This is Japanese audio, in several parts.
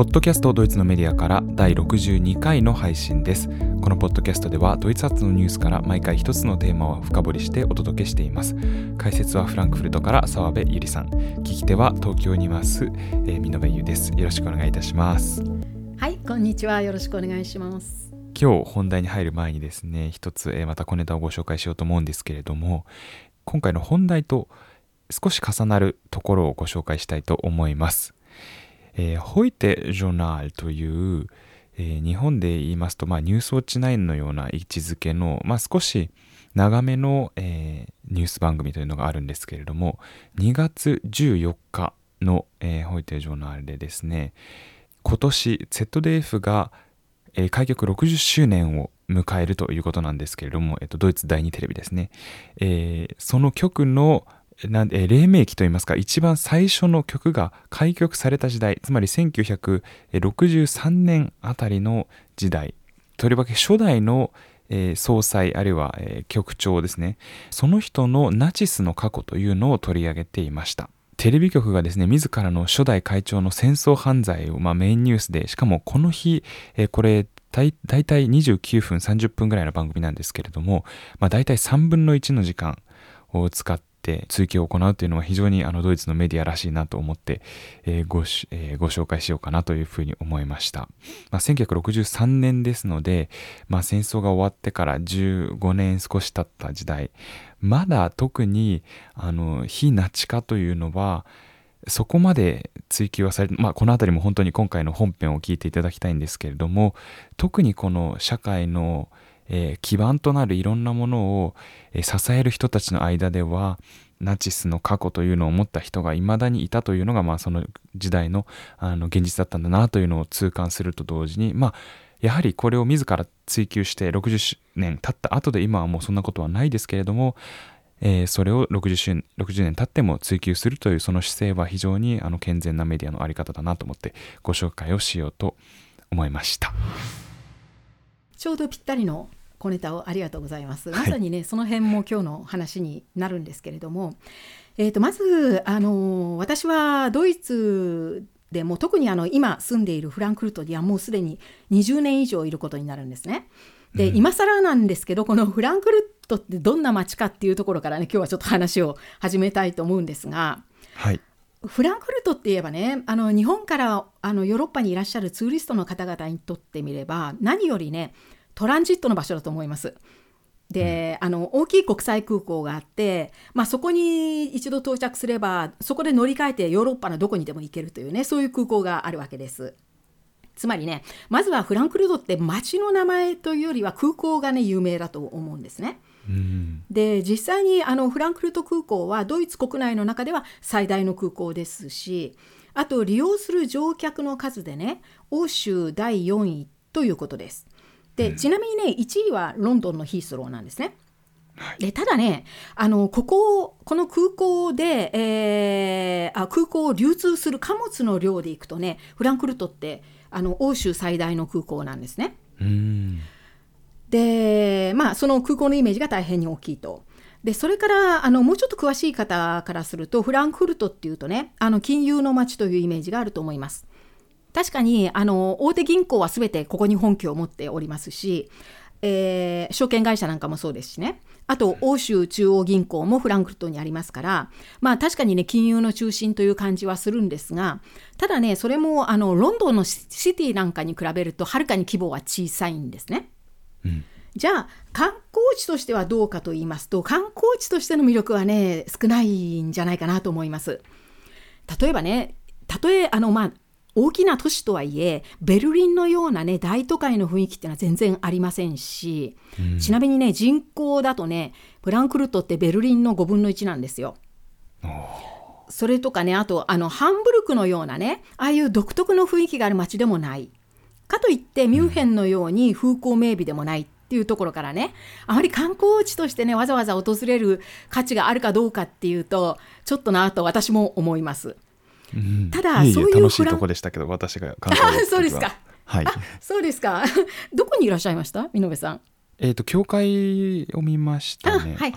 ポッドキャストドイツのメディアから第62回の配信です。このポッドキャストではドイツ発のニュースから毎回一つのテーマを深掘りしてお届けしています。解説はフランクフルトから澤部ゆりさん、聞き手は東京にいます、美濃部優です。よろしくお願いいたします。 はい、こんにちは。よろしくお願いします。 今日本題に入る前にですね、一つ、また小ネタをご紹介しようと思うんですけれども、今回の本題と少し重なるところをご紹介したいと思います。ホイテジョナールという、日本で言いますと、ニュースウォッチ9のような位置づけの、少し長めの、ニュース番組というのがあるんですけれども、2月14日の、ホイテジョナールでですね、今年 ZDF が、開局60周年を迎えるということなんですけれども、ドイツ第2テレビですね、その局の黎明期といいますか、一番最初の曲が開局された時代、つまり1963年あたりの時代、とりわけ初代の、総裁あるいは、局長ですね、その人のナチスの過去というのを取り上げていました。テレビ局がですね、自らの初代会長の戦争犯罪を、メインニュースで、しかもこの日、これだいたい29分30分ぐらいの番組なんですけれども、だいたい3分の1の時間を使って追記を行うというのは非常にドイツのメディアらしいなと思って、ご紹介しようかなというふうに思いました。1963年ですので、戦争が終わってから15年少し経った時代、まだ特に非ナチ化というのはそこまで追求はされて、このあたりも本当に今回の本編を聞いていただきたいんですけれども、特にこの社会の基盤となるいろんなものを支える人たちの間ではナチスの過去というのを持った人が未だにいたというのが、その時代の現実だったんだなというのを痛感すると同時に、やはりこれを自ら追求して60年経った後で今はもうそんなことはないですけれども、それを60年経っても追求するというその姿勢は非常に健全なメディアの在り方だなと思ってご紹介をしようと思いました。 ちょうどぴったりの小ネタをありがとうございます。まさにね、その辺も今日の話になるんですけれども、まず私はドイツでも特に今住んでいるフランクフルトにはもうすでに20年以上いることになるんですね。で、今更なんですけど、このフランクフルトってどんな街かっていうところからね、今日はちょっと話を始めたいと思うんですが、 はい、 フランクフルトって言えばね、日本からヨーロッパにいらっしゃるツーリストの方々にとってみれば何よりね、トランジットの場所だと思います。で、大きい国際空港があって、そこに一度到着すればそこで乗り換えてヨーロッパのどこにでも行けるというね、そういう空港があるわけです。つまりね、まずはフランクフルトって街の名前というよりは空港がね有名だと思うんですね。で、実際にフランクフルト空港はドイツ国内の中では最大の空港ですし、あと利用する乗客の数でね、欧州第4位ということです。で、ちなみにね、1位はロンドンのヒースローなんですね。で、ただね、この空港で、空港を流通する貨物の量でいくとね、フランクフルトって欧州最大の空港なんですね。で、その空港のイメージが大変に大きいと。で、それからもうちょっと詳しい方からすると、フランクフルトっていうとね、金融の街というイメージがあると思います。確かに大手銀行はすべてここに本拠を持っておりますし、証券会社なんかもそうですしね、あと欧州中央銀行もフランクフルトにありますから、確かにね、金融の中心という感じはするんですが、ただね、それもロンドンのシティなんかに比べるとはるかに規模は小さいんですね。じゃあ観光地としてはどうかと言いますと、観光地としての魅力はね、少ないんじゃないかなと思います。例えばね、大きな都市とはいえベルリンのようなね、大都会の雰囲気っていうのは全然ありませんし、ちなみにね、人口だとね、フランクフルトってベルリンの5分の1なんですよ。それとかね、あとハンブルクのようなね、ああいう独特の雰囲気がある街でもないかといって、ミュンヘンのように風光明媚でもないっていうところからね、あまり観光地としてね、わざわざ訪れる価値があるかどうかっていうと、ちょっとなと私も思います。ただ、そういう楽しいとこでしたけど、私が観光に行った時は。 そうですか。 はい。 そうですか。どこにいらっしゃいました、美濃部さん？ 教会を見ましたね。 はいはい。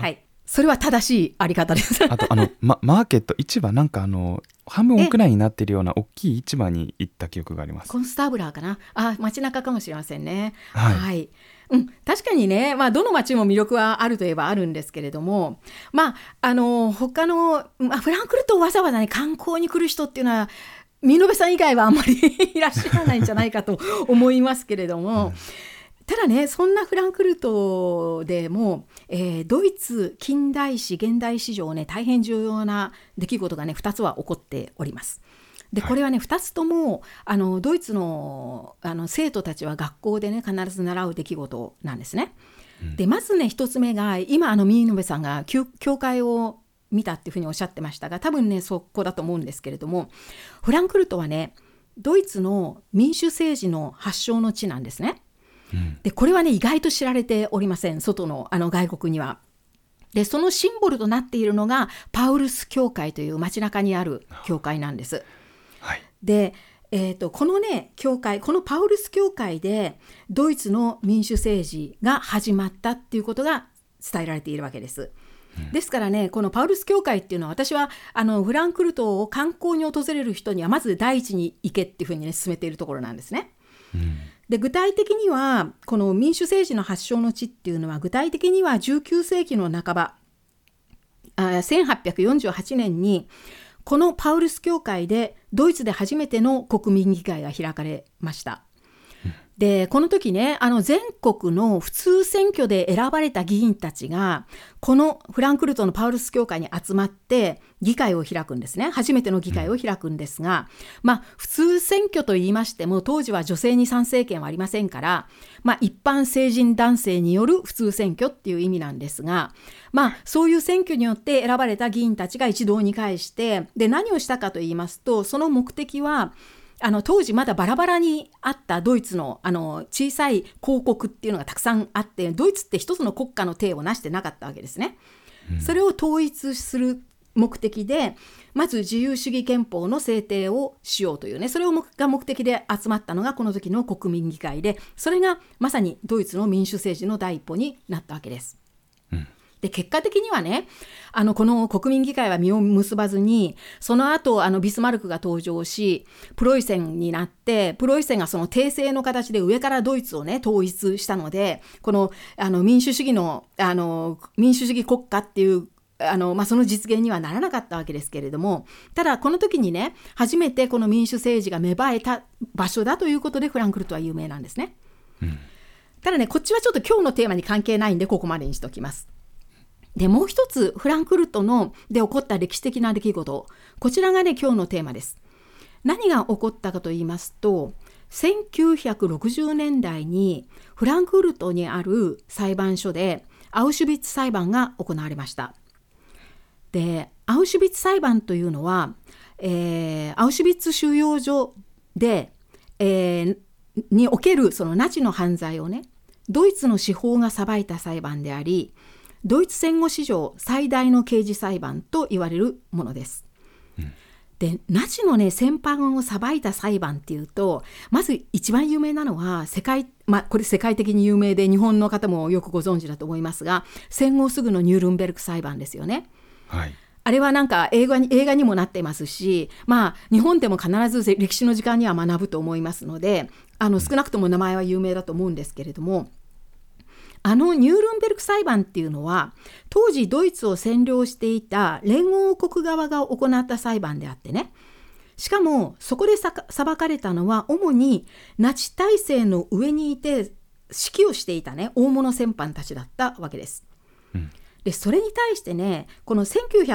それは正しいあり方です。 あとマーケット、市場、なんか半分屋内になっているような大きい市場に行った記憶があります。 コンスターブラーかな、街中かもしれませんね。 はい、 はい、確かにね、どの街も魅力はあるといえばあるんですけれども、他の、フランクフルトをわざわざね観光に来る人っていうのは見延さん以外はあんまりいらっしゃらないんじゃないかと思いますけれども、ただね、そんなフランクフルトでも、ドイツ近代史現代史上ね大変重要な出来事がね2つは起こっております。でこれはね、2つともドイツの、生徒たちは学校でね必ず習う出来事なんですね。でまずね1つ目が今ミーノベさんが教会を見たっていうふうにおっしゃってましたが、多分ねそこだと思うんですけれども、フランクフルトはねドイツの民主政治の発祥の地なんですね。でこれはね意外と知られておりません、外の外国には。でそのシンボルとなっているのがパウルス教会という街中にある教会なんです。 はい、 で、このね教会、このパウルス教会でドイツの民主政治が始まったっていうことが伝えられているわけです。ですからね、このパウルス教会っていうのは、私はフランクフルトを観光に訪れる人にはまず第一に行けっていうふうにね進めているところなんですね。で具体的にはこの民主政治の発祥の地っていうのは、具体的には19世紀の半ば、1848年にこのパウルス教会でドイツで初めての国民議会が開かれました。でこの時ね、全国の普通選挙で選ばれた議員たちがこのフランクフルトのパウルス教会に集まって議会を開くんですね。初めての議会を開くんですが、普通選挙と言いましても当時は女性に参政権はありませんから、一般成人男性による普通選挙っていう意味なんですが、そういう選挙によって選ばれた議員たちが一堂に会して、で何をしたかと言いますと、その目的は当時まだバラバラにあったドイツの小さい公国っていうのがたくさんあって、ドイツって一つの国家の体を成してなかったわけですね。それを統一する目的でまず自由主義憲法の制定をしようというね、それが目的で集まったのがこの時の国民議会で、それがまさにドイツの民主政治の第一歩になったわけです。で結果的にはね、この国民議会は実を結ばずに、その後ビスマルクが登場しプロイセンになって、プロイセンがその帝政の形で上からドイツをね統一したので、この民主主義の民主主義国家っていうその実現にはならなかったわけですけれども、ただこの時にね初めてこの民主政治が芽生えた場所だということでフランクフルトは有名なんですね。ただね、こっちはちょっと今日のテーマに関係ないんでここまでにしておきます。でもう一つフランクフルトで起こった歴史的な出来事、こちらがね今日のテーマです。何が起こったかと言いますと、1960年代にフランクフルトにある裁判所でアウシュビッツ裁判が行われました。でアウシュビッツ裁判というのは、アウシュビッツ収容所で、におけるそのナチの犯罪をねドイツの司法が裁いた裁判であり、ドイツ戦後史上最大の刑事裁判と言われるものです。でナチのね戦犯を裁いた裁判っていうと、まず一番有名なのはこれ世界的に有名で日本の方もよくご存知だと思いますが、戦後すぐのニュールンベルク裁判ですよね。あれはなんか映画にもなっていますし、日本でも必ず歴史の時間には学ぶと思いますので、少なくとも名前は有名だと思うんですけれども、ニュールンベルク裁判っていうのは当時ドイツを占領していた連合国側が行った裁判であってね、しかもそこで裁かれたのは主にナチ体制の上にいて指揮をしていたね大物戦犯たちだったわけです。でそれに対してね、この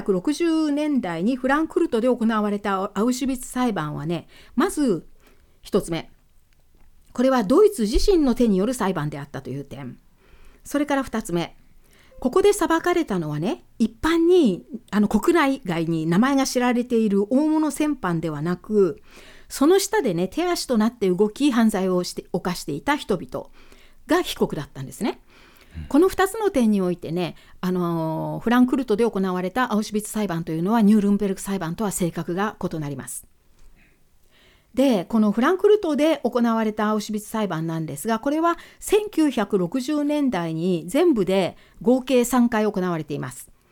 1960年代にフランクフルトで行われたアウシュビッツ裁判はね、まず一つ目、これはドイツ自身の手による裁判であったという点。それから2つ目、ここで裁かれたのはね、一般に国内外に名前が知られている大物戦犯ではなく、その下でね手足となって動き犯罪を犯していた人々が被告だったんですね。この2つの点においてね、フランクフルトで行われたアウシュビッツ裁判というのはニュールンベルク裁判とは性格が異なります。でこのフランクフルトで行われたアウシュビッツ裁判なんですが、これは1960年代に全部で合計3回行われています。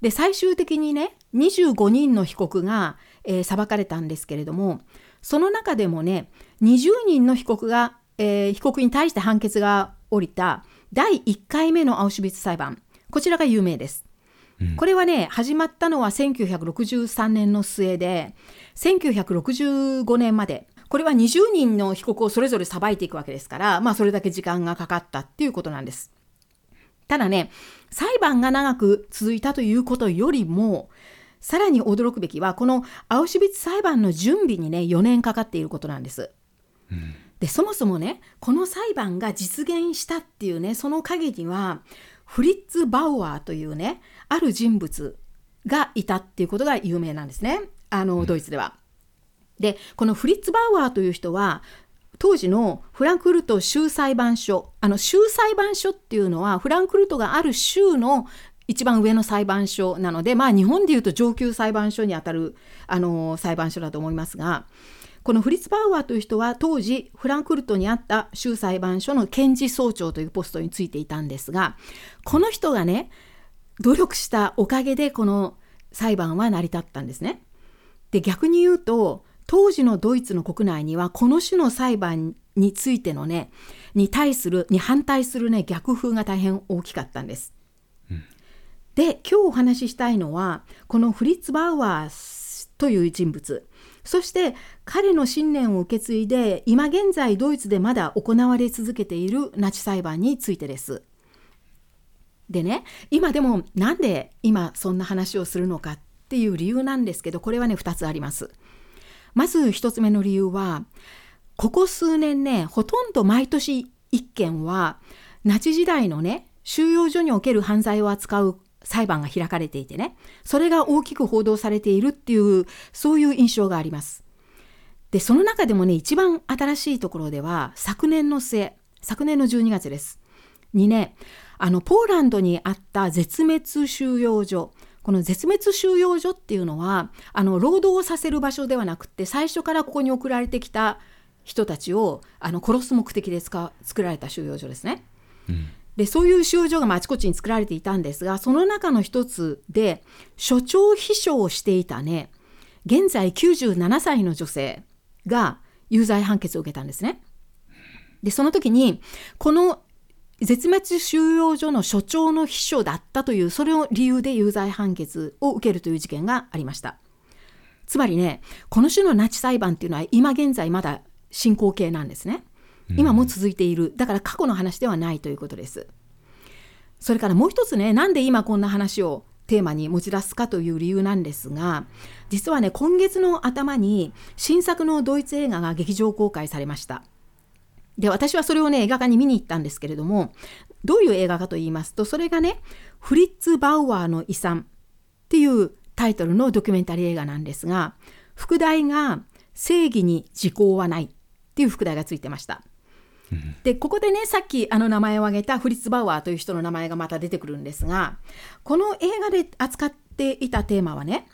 で最終的にね25人の被告が、裁かれたんですけれども、その中でもね20人の被告に対して判決が下りた第1回目のアウシュビッツ裁判、こちらが有名です。これはね始まったのは1963年の末で、1965年までこれは20人の被告をそれぞれ裁いていくわけですから、それだけ時間がかかったっていうことなんです。ただね、裁判が長く続いたということよりも、さらに驚くべきはこのアウシュビッツ裁判の準備にね4年かかっていることなんです。でそもそもねこの裁判が実現したっていうねその陰にはフリッツ・バウアーというねある人物がいたっていうことが有名なんですね、ドイツでは。でこのフリッツ・バウアーという人は当時のフランクフルト州裁判所、州裁判所っていうのはフランクフルトがある州の一番上の裁判所なので、日本でいうと上級裁判所にあたる裁判所だと思いますが、このフリッツ・バウアーという人は当時フランクフルトにあった州裁判所の検事総長というポストについていたんですが、この人がね努力したおかげでこの裁判は成り立ったんですね。で逆に言うと当時のドイツの国内にはこの種の裁判についてのねに反対するね逆風が大変大きかったんです。で今日お話ししたいのはこのフリッツ・バウアーという人物、そして彼の信念を受け継いで今現在ドイツでまだ行われ続けているナチ裁判についてです。でね、今でもなんで今そんな話をするのかっていう理由なんですけど、これはね2つあります。まず1つ目の理由は、ここ数年ねほとんど毎年1件はナチ時代のね収容所における犯罪を扱う裁判が開かれていてね、それが大きく報道されているっていうそういう印象があります。でその中でもね一番新しいところでは昨年の12月ですにね、ポーランドにあった絶滅収容所、この絶滅収容所っていうのは労働をさせる場所ではなくて、最初からここに送られてきた人たちを殺す目的で作られた収容所ですね。でそういう収容所があちこちに作られていたんですが、その中の一つで所長秘書をしていたね現在97歳の女性が有罪判決を受けたんですね。でその時にこの絶滅収容所の所長の秘書だったというそれを理由で有罪判決を受けるという事件がありました。つまりねこの種のナチ裁判っていうのは今現在まだ進行形なんですね。今も続いている。だから過去の話ではないということです。それからもう一つね、なんで今こんな話をテーマに持ち出すかという理由なんですが、実はね今月の頭に新作のドイツ映画が劇場公開されました。で私はそれをね映画館に見に行ったんですけれども、どういう映画かと言いますと、それがねフリッツ・バウアーの遺産っていうタイトルのドキュメンタリー映画なんですが、副題が正義に時効はないっていう副題がついてました。でここでねさっき名前を挙げたフリッツ・バウアーという人の名前がまた出てくるんですが、この映画で扱っていたテーマはね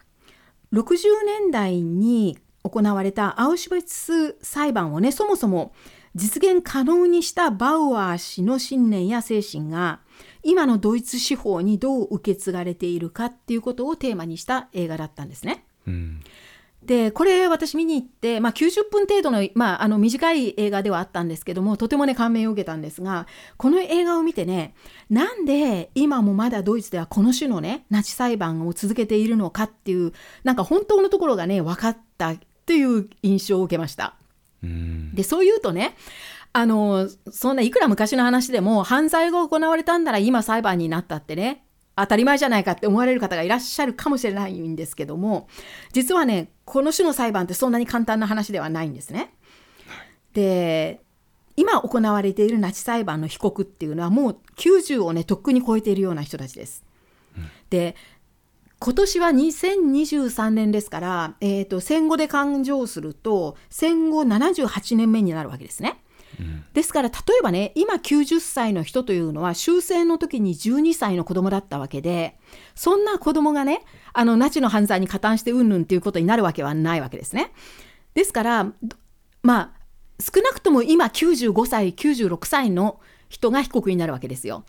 60年代に行われたアウシュビッツ裁判をねそもそも実現可能にしたバウアー氏の信念や精神が今のドイツ司法にどう受け継がれているかっていうことをテーマにした映画だったんですね。でこれ私見に行って、90分程度の、短い映画ではあったんですけども、とてもね感銘を受けたんですが、この映画を見てね、なんで今もまだドイツではこの種のねナチ裁判を続けているのかっていう本当のところがね分かったっていう印象を受けました。でそう言うとねそんないくら昔の話でも犯罪が行われたんなら今裁判になったってね当たり前じゃないかって思われる方がいらっしゃるかもしれないんですけども、実はねこの種の裁判ってそんなに簡単な話ではないんですね。で今行われているナチ裁判の被告っていうのはもう90をねとっくに超えているような人たちです。で今年は2023年ですから、戦後で勘定すると戦後78年目になるわけですね。ですから例えばね今90歳の人というのは終戦の時に12歳の子供だったわけで、そんな子供がねナチの犯罪に加担してうんぬんっていうことになるわけはないわけですね。ですから少なくとも今95歳96歳の人が被告になるわけですよ。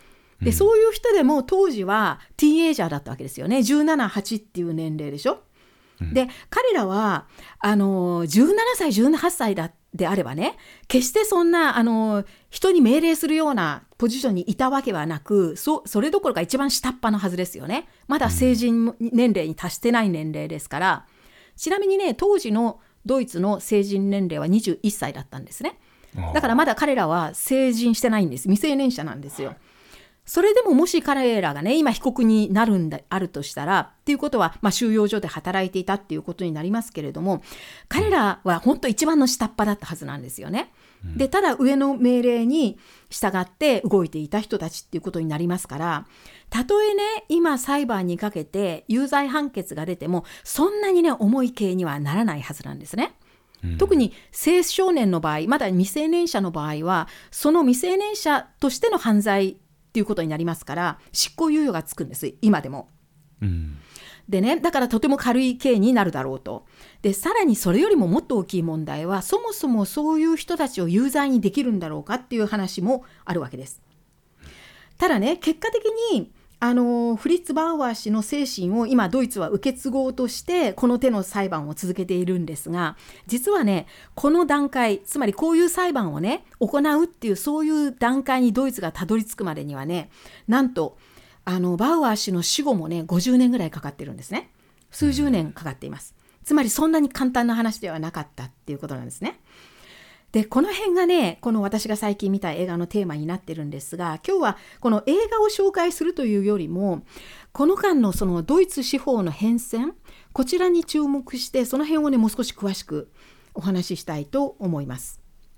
でそういう人でも当時はティーンエイジャーだったわけですよね。17、8っていう年齢でしょ。で彼らは17歳18歳であればね、決してそんな人に命令するようなポジションにいたわけはなく、それどころか一番下っ端のはずですよね。まだ成人年齢に達してない年齢ですから。ちなみにね、当時のドイツの成人年齢は21歳だったんですね。だからまだ彼らは成人してないんです。未成年者なんですよ。それでももし彼らがね、今被告になるんであるとしたらっていうことは、収容所で働いていたっていうことになりますけれども、彼らは本当一番の下っ端だったはずなんですよね。でただ上の命令に従って動いていた人たちっていうことになりますから、たとえね今裁判にかけて有罪判決が出てもそんなにね重い刑にはならないはずなんですね。特に青少年の場合、まだ未成年者の場合はその未成年者としての犯罪っていうことになりますから、執行猶予がつくんです、今でも。でね、だからとても軽い刑になるだろうと。でさらにそれよりももっと大きい問題は、そもそもそういう人たちを有罪にできるんだろうかっていう話もあるわけです。ただね、結果的にフリッツ・バウアー氏の精神を今ドイツは受け継ごうとしてこの手の裁判を続けているんですが、実はねこの段階、つまりこういう裁判をね行うっていうそういう段階にドイツがたどり着くまでにはね、なんとバウアー氏の死後もね50年ぐらいかかってるんですね。数十年かかっています。つまりそんなに簡単な話ではなかったっていうことなんですね。でこの辺がね、この私が最近見た映画のテーマになってるんですが、今日はこの映画を紹介するというよりも、この間のそのドイツ司法の変遷、こちらに注目して、その辺をねもう少し詳しくお話ししたいと思います。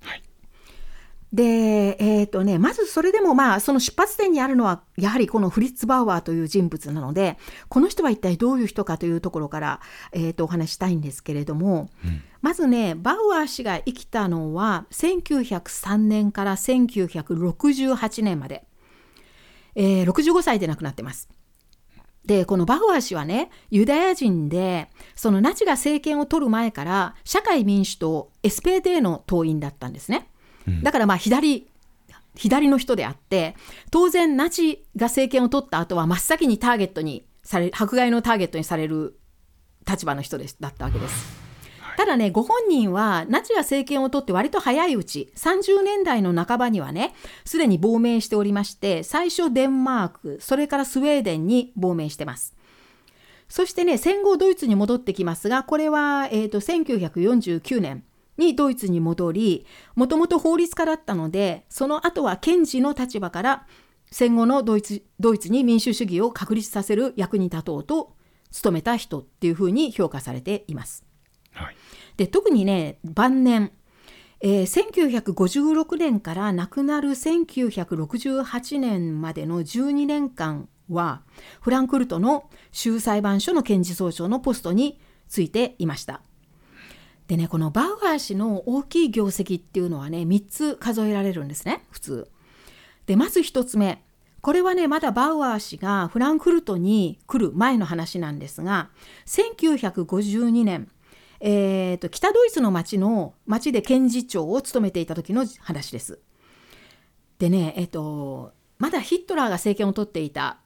でまずそれでもその出発点にあるのはやはりこのフリッツ・バウアーという人物なので、この人は一体どういう人かというところから、お話したいんですけれども、まずねバウアー氏が生きたのは1903年から1968年まで、65歳で亡くなってます。でこのバウアー氏はねユダヤ人で、そのナチが政権を取る前から社会民主党 SPD の党員だったんですね。だから左の人であって、当然ナチが政権を取った後は真っ先に迫害のターゲットにされる立場の人だったわけです。ただね、ご本人はナチが政権を取って割と早いうち、30年代の半ばにはねすでに亡命しておりまして、最初デンマーク、それからスウェーデンに亡命してます。そしてね戦後ドイツに戻ってきますが、これは、1949年にドイツに戻り、もともと法律家だったので、その後は検事の立場から戦後のドイツに民主主義を確立させる役に立とうと努めた人っていうふうに評価されています。で特にね晩年、1956年から亡くなる1968年までの12年間はフランクフルトの州裁判所の検事総長のポストについていました。でね、このバウアー氏の大きい業績っていうのはね3つ数えられるんですね、普通で。まず1つ目、これはねまだバウアー氏がフランクフルトに来る前の話なんですが、1952年、北ドイツの町で検事長を務めていた時の話です。でね、まだヒットラーが政権を取っていた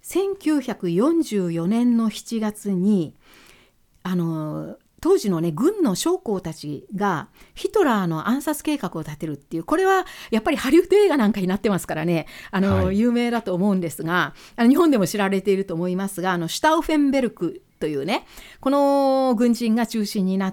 1944年の7月に当時のね軍の将校たちがヒトラーの暗殺計画を立てるっていう、これはやっぱりハリウッド映画なんかになってますからね、有名だと思うんですが、日本でも知られていると思いますが、シュタウフェンベルクというねこの軍人が中心になって、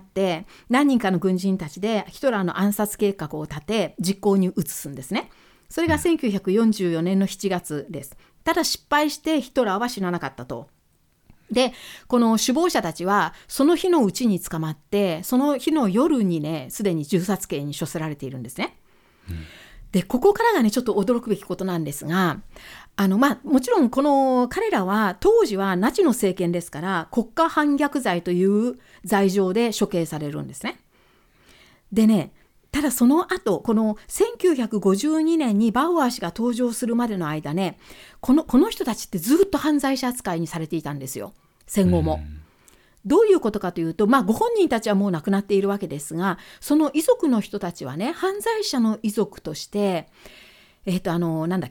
何人かの軍人たちでヒトラーの暗殺計画を立て実行に移すんですね。それが1944年の7月です。ただ失敗してヒトラーは死ななかったと。でこの首謀者たちはその日のうちに捕まって、その日の夜にねすでに銃殺刑に処せられているんですね。でここからがねちょっと驚くべきことなんですが、もちろんこの彼らは当時はナチの政権ですから、国家反逆罪という罪状で処刑されるんですね。でね、ただその後この1952年にバウアー氏が登場するまでの間ね、この人たちってずっと犯罪者扱いにされていたんですよ、戦後も。どういうことかというと、ご本人たちはもう亡くなっているわけですが、その遺族の人たちはね犯罪者の遺族としてなんだっけ、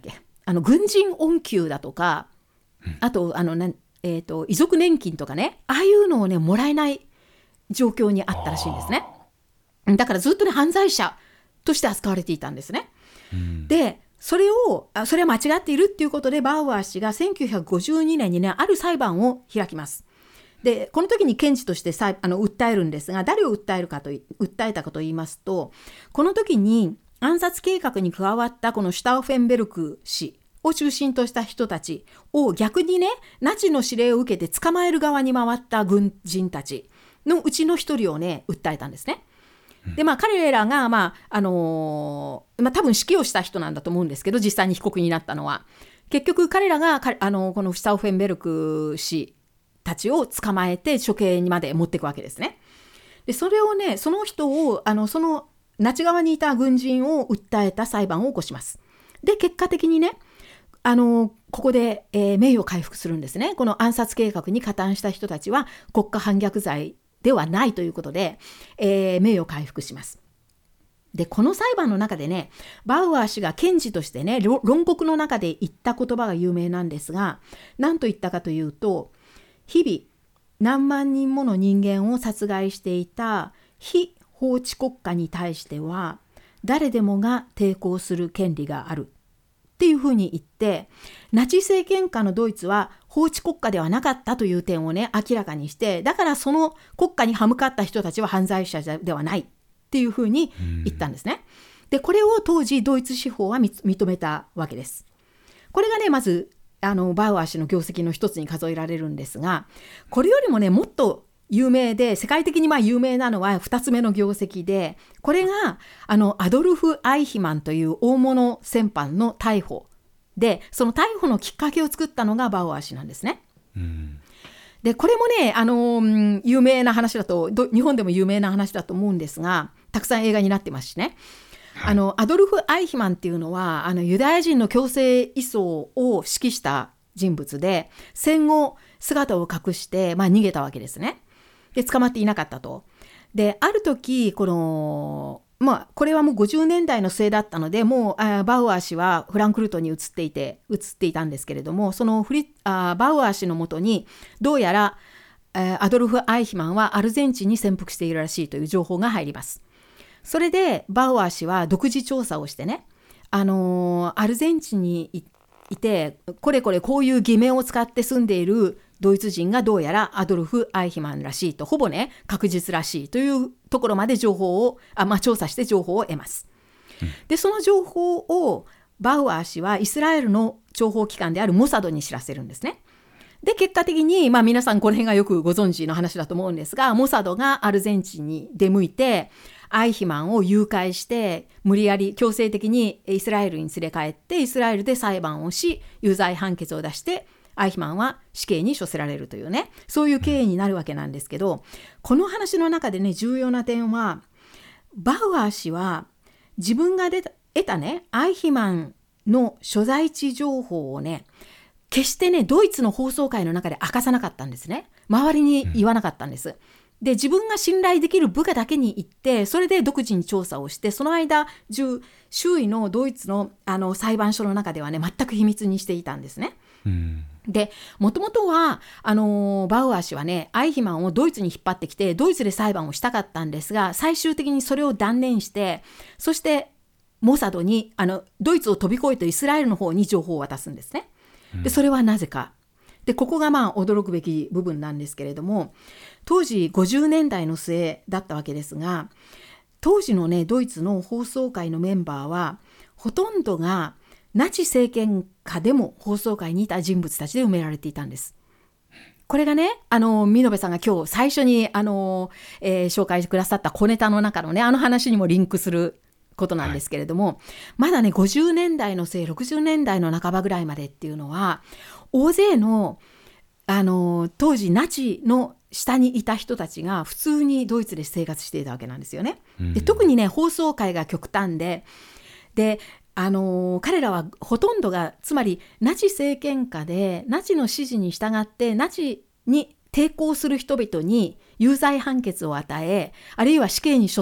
軍人恩給だとか、あと遺族年金とかね、ああいうのをねもらえない状況にあったらしいんですね。だからずっとね犯罪者として扱われていたんですね。でそれは間違っているっていうことでバウアー氏が1952年にねある裁判を開きます。でこの時に検事として訴えるんですが、誰を訴えたかと言いますと、この時に暗殺計画に加わったこのシュタウフェンベルク氏を中心とした人たちを逆にねナチの指令を受けて捕まえる側に回った軍人たちのうちの一人をね訴えたんですね。で彼らが多分死刑をした人なんだと思うんですけど、実際に被告になったのは結局彼らがこのシュタウフェンベルク氏たちを捕まえて処刑にまで持っていくわけですね。でそれをねその人をそのナチ側にいた軍人を訴えた裁判を起こします。で結果的にねここで、名誉回復するんですね。この暗殺計画に加担した人たちは国家反逆罪ではないということで、名誉回復します。でこの裁判の中でねバウアー氏が検事としてね論告の中で言った言葉が有名なんですが、何と言ったかというと、日々何万人もの人間を殺害していた非法治国家に対しては誰でもが抵抗する権利があるっていうふうに言って、ナチ政権下のドイツは法治国家ではなかったという点をね明らかにして、だからその国家に歯向かった人たちは犯罪者ではないっていうふうに言ったんですね。でこれを当時ドイツ司法は認めたわけです。これがねまずバウアー氏の業績の一つに数えられるんですが、これよりもねもっと有名で世界的に有名なのは2つ目の業績で、これがアドルフ・アイヒマンという大物戦犯の逮捕で、その逮捕のきっかけを作ったのがバウアー氏なんですね。でこれもね有名な話だと、日本でも有名な話だと思うんですが、たくさん映画になってますしね。アドルフ・アイヒマンっていうのはユダヤ人の強制移送を指揮した人物で、戦後姿を隠して、逃げたわけですね。で捕まっていなかったと。である時これはもう50年代の末だったので、もうバウアー氏はフランクフルトに移っていたんですけれども、そのバウアー氏のもとにどうやらアドルフ・アイヒマンはアルゼンチンに潜伏しているらしいという情報が入ります。それでバウアー氏は独自調査をしてね、アルゼンチンにいてこういう偽名を使って住んでいるドイツ人がどうやらアドルフ・アイヒマンらしいと、ほぼね確実らしいというところまで情報を調査して情報を得ます。でその情報をバウアー氏はイスラエルの諜報機関であるモサドに知らせるんですね。で結果的に、皆さんこの辺がよくご存知の話だと思うんですが、モサドがアルゼンチンに出向いてアイヒマンを誘拐して無理やり強制的にイスラエルに連れ帰ってイスラエルで裁判をし有罪判決を出してアイヒマンは死刑に処せられるというね、そういう経緯になるわけなんですけど、この話の中でね重要な点は、バウアー氏は自分が得たねアイヒマンの所在地情報をね決してねドイツの放送会の中で明かさなかったんですね。周りに言わなかったんです。で自分が信頼できる部下だけに言って、それで独自に調査をして、その間中周囲のドイツの裁判所の中ではね全く秘密にしていたんですね。でもともとはバウアー氏はねアイヒマンをドイツに引っ張ってきてドイツで裁判をしたかったんですが、最終的にそれを断念して、そしてモサドにドイツを飛び越えてイスラエルの方に情報を渡すんですね。でそれはなぜかで、ここが驚くべき部分なんですけれども、当時50年代の末だったわけですが、当時のねドイツの放送会のメンバーはほとんどがナチ政権下でも放送会にいた人物たちで埋められていたんです。これがね美濃部さんが今日最初に紹介してくださった小ネタの中のね話にもリンクすることなんですけれども、まだね50年代の末60年代の半ばぐらいまでっていうのは大勢の当時ナチの下にいた人たちが普通にドイツで生活していたわけなんですよね。で特にね放送会が極端で彼らはほとんどがつまりナチ政権下でナチの指示に従ってナチに抵抗する人々に有罪判決を与え、あるいは死刑に処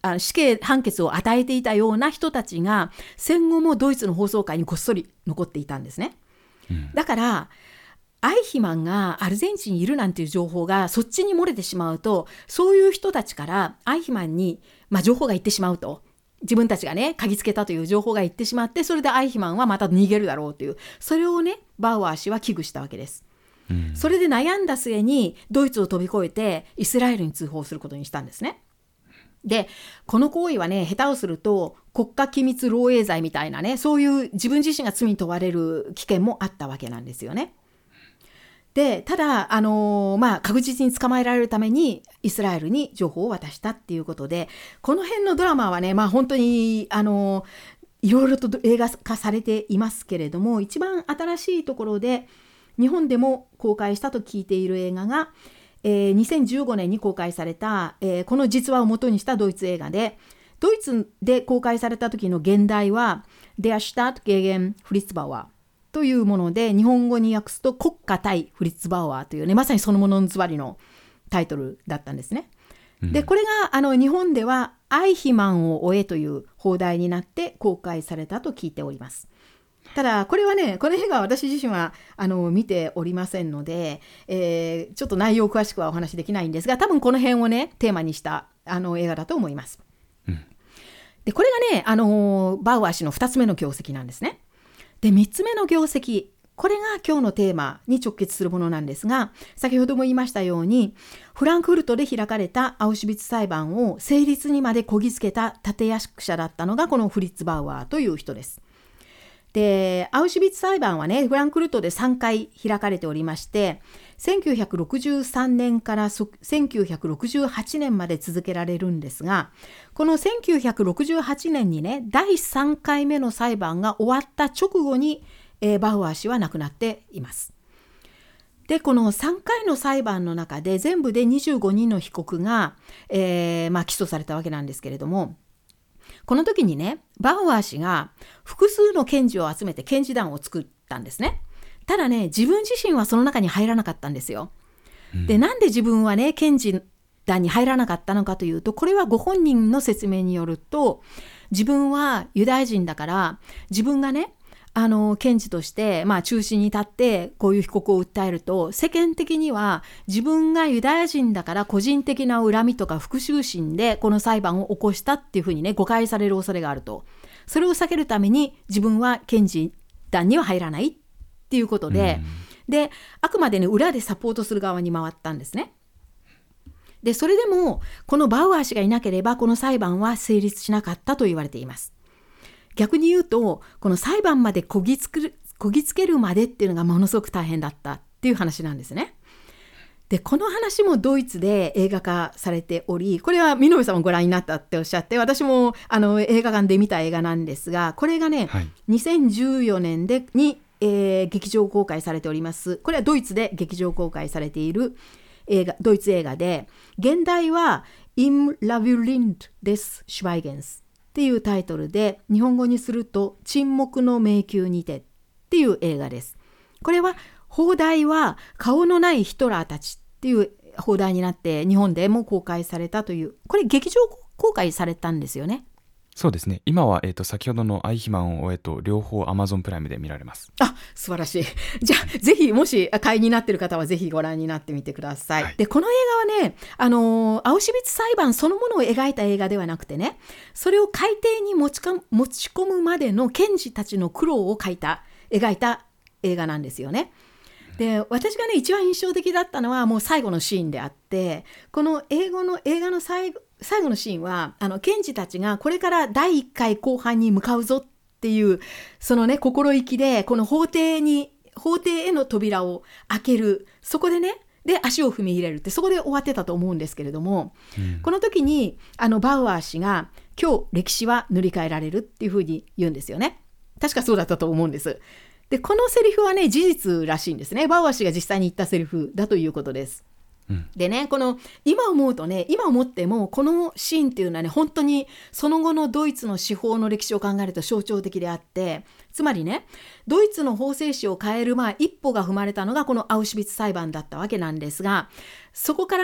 死刑判決を与えていたような人たちが戦後もドイツの放送界にこっそり残っていたんですね。だからアイヒマンがアルゼンチンにいるなんていう情報がそっちに漏れてしまうと、そういう人たちからアイヒマンに、情報がいってしまうと、自分たちがね嗅ぎつけたという情報がいってしまって、それでアイヒマンはまた逃げるだろうという、それをねバウアー氏は危惧したわけです。それで悩んだ末にドイツを飛び越えてイスラエルに通報することにしたんですね。でこの行為はね、下手をすると国家機密漏洩罪みたいなね、そういう自分自身が罪に問われる危険もあったわけなんですよね。でただ確実に捕まえられるためにイスラエルに情報を渡したっていうことで、この辺のドラマはね、本当にいろいろと映画化されていますけれども、一番新しいところで日本でも公開したと聞いている映画が、2015年に公開された、この実話を元にしたドイツ映画で、ドイツで公開された時の現代は Der Staat gegen Fritz Bauerというもので、日本語に訳すと国家対フリッツ・バウアーというね、まさにそのもののズバリのタイトルだったんですね。でこれが日本ではアイヒマンを追えという放題になって公開されたと聞いております。ただこれはね、この映画は私自身は見ておりませんので、ちょっと内容を詳しくはお話しできないんですが、多分この辺をねテーマにした映画だと思います。でこれがねバウアー氏の2つ目の業績なんですね。で3つ目の業績、これが今日のテーマに直結するものなんですが、先ほども言いましたようにフランクフルトで開かれたアウシュビッツ裁判を成立にまでこぎつけた立役者だったのがこのフリッツ・バウアーという人です。でアウシュビッツ裁判はねフランクフルトで3回開かれておりまして、1963年から1968年まで続けられるんですが、この1968年にね第3回目の裁判が終わった直後に、バウアー氏は亡くなっています。でこの3回の裁判の中で全部で25人の被告が、起訴されたわけなんですけれども、この時にねバウアー氏が複数の検事を集めて検事団を作ったんですね。ただね自分自身はその中に入らなかったんですよ。でなんで自分はね検事団に入らなかったのかというと、これはご本人の説明によると、自分はユダヤ人だから自分がね検事として、中心に立ってこういう被告を訴えると、世間的には自分がユダヤ人だから個人的な恨みとか復讐心でこの裁判を起こしたっていうふうにね誤解される恐れがあると。それを避けるために自分は検事団には入らないっていうことで、であくまでね裏でサポートする側に回ったんですね。でそれでもこのバウアー氏がいなければこの裁判は成立しなかったと言われています。逆に言うとこの裁判までこぎつけるまでっていうのがものすごく大変だったっていう話なんですね。でこの話もドイツで映画化されており、これは見延さんもご覧になったっておっしゃって、私も映画館で見た映画なんですが、これがね、2014年に、劇場公開されております。これはドイツで劇場公開されているドイツ映画で、現代は Im Labyrinth des Schweigensっていうタイトルで、日本語にすると沈黙の迷宮にてっていう映画です。これは邦題は顔のないヒトラーたちっていう邦題になって日本でも公開されたという、これ劇場公開されたんですよね。 そうですね。今は、先ほどのアイヒマンを終えと両方 Amazon プライムで見られます。 素晴らしい。じゃあぜひもし会員になっている方はぜひご覧になってみてください。でこの映画はねアウシュビッツ裁判そのものを描いた映画ではなくてね、それを海底に持ち込むまでの検事たちの苦労を描いた映画なんですよね。で私がね一番印象的だったのはもう最後のシーンであって、この映画の最後のシーンは検事たちがこれから第1回公判に向かうぞっていうそのね心意気でこの法廷への扉を開ける、そこでねで足を踏み入れるって、そこで終わってたと思うんですけれども、この時にバウアー氏が今日歴史は塗り替えられるっていうふうに言うんですよね。確かそうだったと思うんです。でこのセリフはね事実らしいんですね。バウアー氏が実際に言ったセリフだということです。でねこの今思ってもこのシーンっていうのはね本当にその後のドイツの司法の歴史を考えると象徴的であって、つまりねドイツの法制史を変える一歩が踏まれたのがこのアウシュビッツ裁判だったわけなんですが、そこからね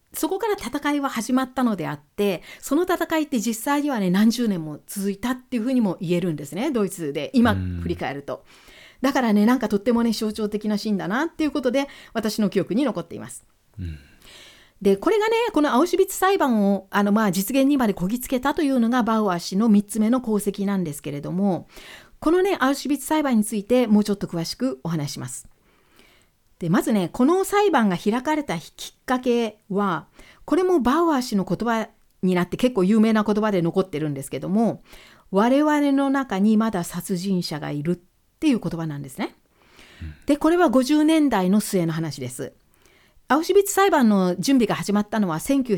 そこから戦いは始まったのであって、その戦いって実際にはね、何十年も続いたっていうふうにも言えるんですね、ドイツで今振り返ると。だからね、なんかとってもね、象徴的なシーンだなっていうことで、私の記憶に残っています。で、これがね、このアウシュビッツ裁判を実現にまでこぎつけたというのがバウアー氏の3つ目の功績なんですけれども、このね、アウシュビッツ裁判についてもうちょっと詳しくお話します。で、まずね、この裁判が開かれたきっかけは、これもバウアー氏の言葉になって結構有名な言葉で残ってるんですけども、我々の中にまだ殺人者がいるっていう言葉なんですね。で、これは50年代の末の話です。アウシュビッツ裁判の準備が始まったのは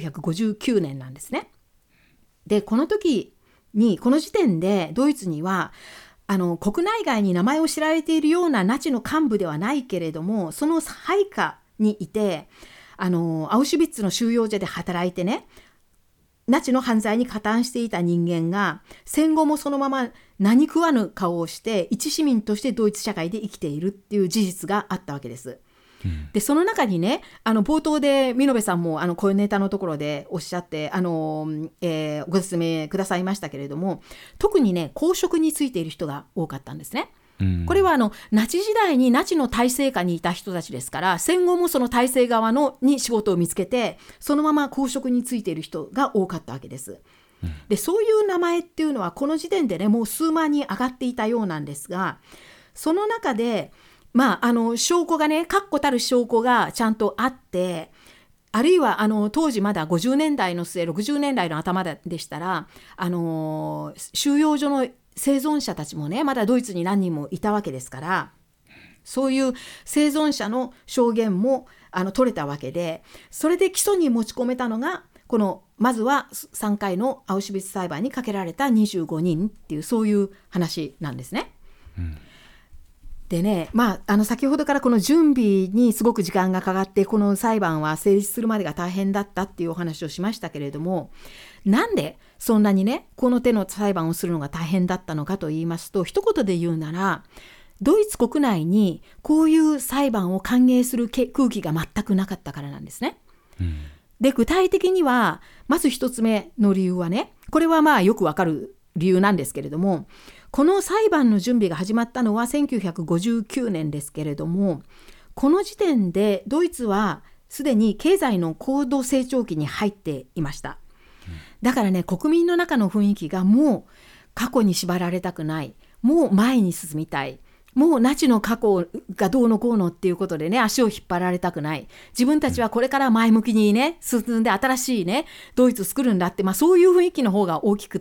1959年なんですね。で、この時に、この時点でドイツには、国内外に名前を知られているようなナチの幹部ではないけれども、その配下にいて、アウシュビッツの収容所で働いてね、ナチの犯罪に加担していた人間が、戦後もそのまま何食わぬ顔をして、一市民としてドイツ社会で生きているっていう事実があったわけです。で、その中にね、冒頭で見延さんもこういうネタのところでおっしゃってご説明くださいましたけれども、特にね、公職についている人が多かったんですね。これはナチ時代にナチの体制下にいた人たちですから、戦後もその体制側に仕事を見つけて、そのまま公職についている人が多かったわけです。で、そういう名前っていうのはこの時点でね、もう数万人上がっていたようなんですが、その中で証拠がね、確固たる証拠がちゃんとあって、あるいは当時まだ50年代の末、60年代の頭でしたら、収容所の生存者たちもね、まだドイツに何人もいたわけですから、そういう生存者の証言も取れたわけで、それで起訴に持ち込めたのが、まずは3回のアウシュビッツ裁判にかけられた25人っていう、そういう話なんですね。でね、先ほどからこの準備にすごく時間がかかって、この裁判は成立するまでが大変だったっていうお話をしましたけれども、なんでそんなにね、この手の裁判をするのが大変だったのかと言いますと、一言で言うなら、ドイツ国内にこういう裁判を歓迎する空気が全くなかったからなんですね。で、具体的には、まず一つ目の理由はね、これはよくわかる理由なんですけれども、この裁判の準備が始まったのは1959年ですけれども、この時点でドイツはすでに経済の高度成長期に入っていました。だからね、国民の中の雰囲気がもう過去に縛られたくない、もう前に進みたい、もうナチの過去がどうのこうのっていうことでね、足を引っ張られたくない。自分たちはこれから前向きにね、進んで新しいね、ドイツ作るんだって、そういう雰囲気の方が大きくって、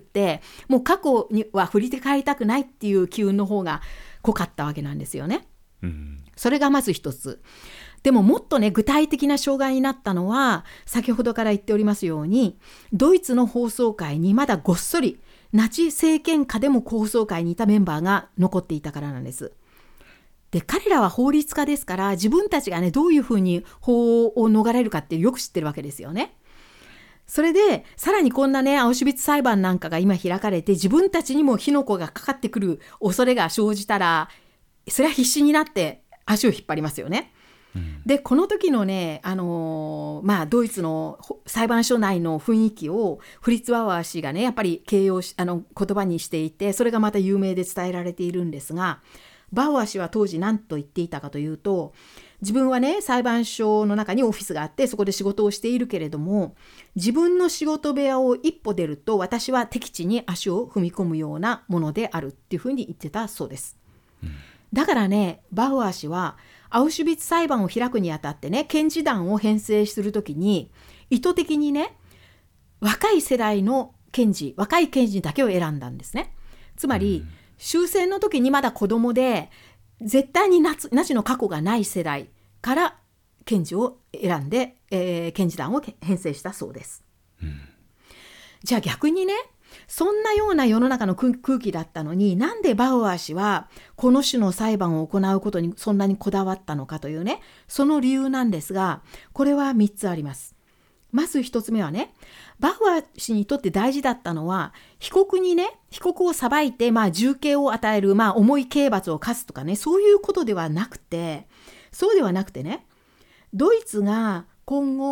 もう過去には振り返りたくないっていう機運の方が濃かったわけなんですよね。それがまず一つ。でももっとね、具体的な障害になったのは、先ほどから言っておりますように、ドイツの放送界にまだごっそり、ナチ政権下でも放送界にいたメンバーが残っていたからなんです。で、彼らは法律家ですから、自分たちがね、どういうふうに法を逃れるかってよく知ってるわけですよね。それで、さらにこんなね、アウシュビッツ裁判なんかが今開かれて、自分たちにも火の粉がかかってくる恐れが生じたら、それは必死になって足を引っ張りますよね。で、この時のね、ドイツの裁判所内の雰囲気をフリッツ・バウアー氏がね、やっぱり形容し、言葉にしていて、それがまた有名で伝えられているんですが、バウアー氏は当時何と言っていたかというと、自分はね、裁判所の中にオフィスがあって、そこで仕事をしているけれども、自分の仕事部屋を一歩出ると、私は敵地に足を踏み込むようなものであるっていうふうに言ってたそうです。だからね、バウアー氏はアウシュビッツ裁判を開くにあたってね、検事団を編成するときに、意図的にね、若い世代の検事、若い検事だけを選んだんですね。つまり、終戦の時にまだ子供で、絶対にナチの過去がない世代から検事を選んで、検事団を編成したそうです。じゃあ逆にね、そんなような世の中の空気だったのに、なんでバウアー氏はこの種の裁判を行うことにそんなにこだわったのかというね、その理由なんですが、これは3つあります。まず1つ目はね、バウアー氏にとって大事だったのは、被告を裁いて、重刑を与える、重い刑罰を科すとかね、そういうことではなくてね、ドイツが今後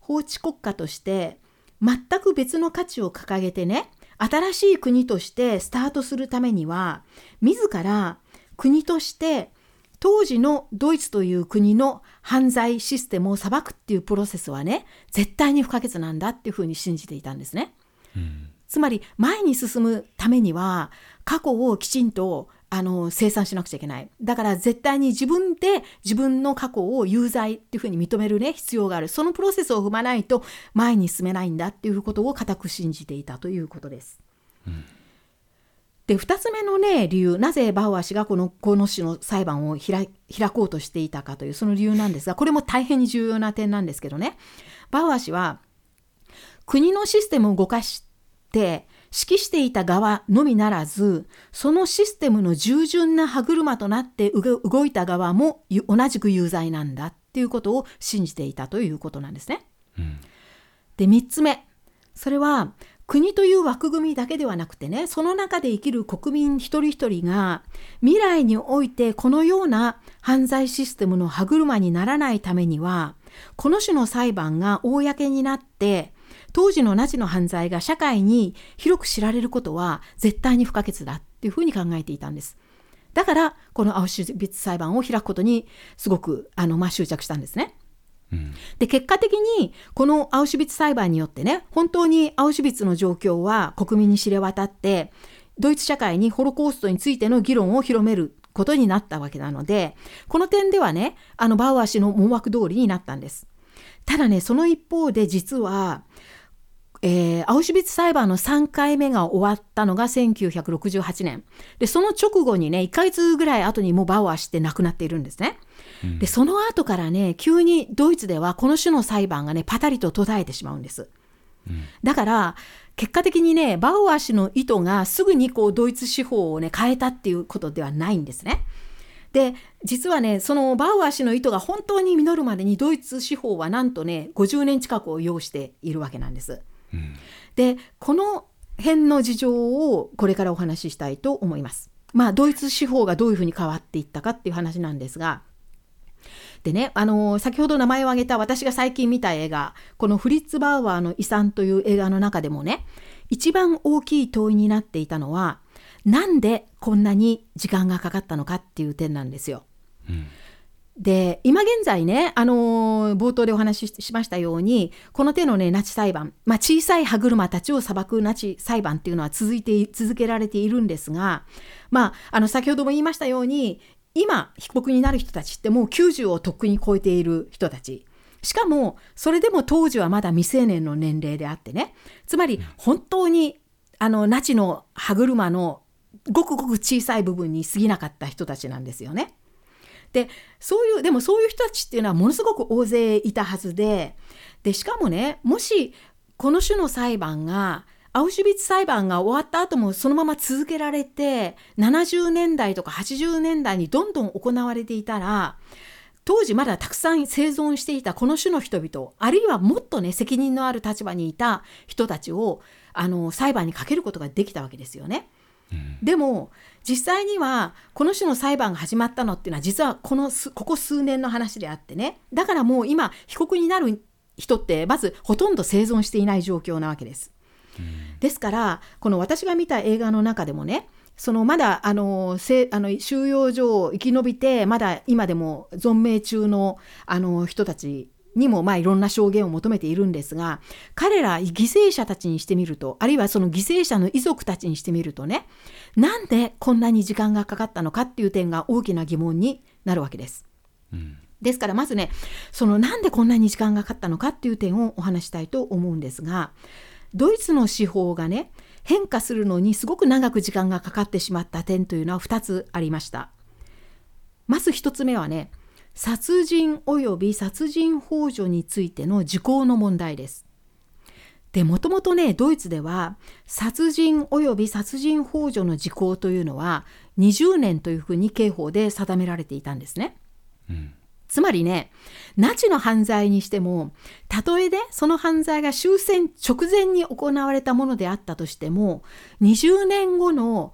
法治国家として全く別の価値を掲げてね、新しい国としてスタートするためには、自ら国として当時のドイツという国の犯罪システムを裁くっていうプロセスはね、絶対に不可欠なんだっていうふうに信じていたんですね。つまり前に進むためには過去をきちんと清算しなくちゃいけない。だから絶対に自分で自分の過去を有罪っていうふうに認めるね、必要がある。そのプロセスを踏まないと前に進めないんだっていうことを固く信じていたということです。で、2つ目のね、理由、なぜバウアー氏がこの種の裁判を開こうとしていたかというその理由なんですが、これも大変に重要な点なんですけどね、バウアー氏は国のシステムを動かして指揮していた側のみならず、そのシステムの従順な歯車となって動いた側も同じく有罪なんだっていうことを信じていたということなんですね。で、3つ目、それは国という枠組みだけではなくてね、その中で生きる国民一人一人が未来においてこのような犯罪システムの歯車にならないためには、この種の裁判が公になって当時のナチの犯罪が社会に広く知られることは絶対に不可欠だっていうふうに考えていたんです。だからこのアウシュビッツ裁判を開くことにすごく執着したんですね。で、結果的にこのアウシュビッツ裁判によってね、本当にアウシュビッツの状況は国民に知れ渡って、ドイツ社会にホロコーストについての議論を広めることになったわけなので、この点ではね、バウアー氏の思惑通りになったんです。ただね、その一方で実はアウシュビッツ裁判の3回目が終わったのが1968年で、その直後にね、1ヶ月ぐらい後にもうバウアー氏って亡くなっているんですね。で、その後からね、急にドイツではこの種の裁判がね、パタリと途絶えてしまうんです。だから結果的にね、バウアー氏の意図がすぐにドイツ司法をね変えたっていうことではないんですね。で、実はね、そのバウアー氏の意図が本当に実るまでにドイツ司法はなんとね、50年近くを要しているわけなんです。で、この辺の事情をこれからお話ししたいと思います。ドイツ司法がどういうふうに変わっていったかっていう話なんですが、でね、先ほど名前を挙げた私が最近見た映画、このフリッツ・バウアーの遺産という映画の中でもね、一番大きい問いになっていたのは、なんでこんなに時間がかかったのかっていう点なんですよ。で、今現在ね、冒頭でお話ししましたように、この手のね、ナチ裁判、小さい歯車たちを裁くナチ裁判っていうのは続けられているんですが、先ほども言いましたように、今被告になる人たちってもう90をとっくに超えている人たち。しかもそれでも当時はまだ未成年の年齢であってね、つまり本当にナチの歯車のごくごく小さい部分に過ぎなかった人たちなんですよね。でもそういう人たちっていうのはものすごく大勢いたはずで、しかもね、もしこの種の裁判がアウシュビッツ裁判が終わった後もそのまま続けられて、70年代とか80年代にどんどん行われていたら、当時まだたくさん生存していたこの種の人々、あるいはもっとね、責任のある立場にいた人たちを裁判にかけることができたわけですよね。でも実際にはこの種の裁判が始まったのっていうのは実はここ数年の話であってね、だからもう今被告になる人ってまずほとんど生存していない状況なわけです。ですからこの私が見た映画の中でもね、まだ収容所を生き延びてまだ今でも存命中の人たちにもいろんな証言を求めているんですが、彼ら犠牲者たちにしてみると、あるいはその犠牲者の遺族たちにしてみるとね、なんでこんなに時間がかかったのかっていう点が大きな疑問になるわけです。ですからまずね、なんでこんなに時間がかかったのかっていう点をお話したいと思うんですが、ドイツの司法がね、変化するのにすごく長く時間がかかってしまった点というのは2つありました。まず1つ目はね、殺人及び殺人幇助についての時効の問題です。で、もともとね、ドイツでは殺人及び殺人幇助の時効というのは20年というふうに刑法で定められていたんですね。つまりね、ナチの犯罪にしても、たとえね、その犯罪が終戦直前に行われたものであったとしても、20年後の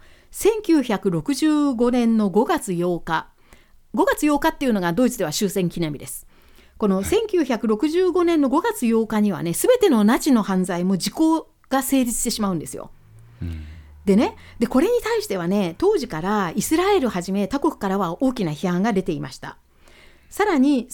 1965年の5月8日っていうのがドイツでは終戦記念日です。 この1965年の5月8日にはね、全てのナチの犯罪も時効が成立してしまうんですよ。でね、これに対してはね、当時からイスラエルはじめ他国からは大きな批判が出ていました。さらに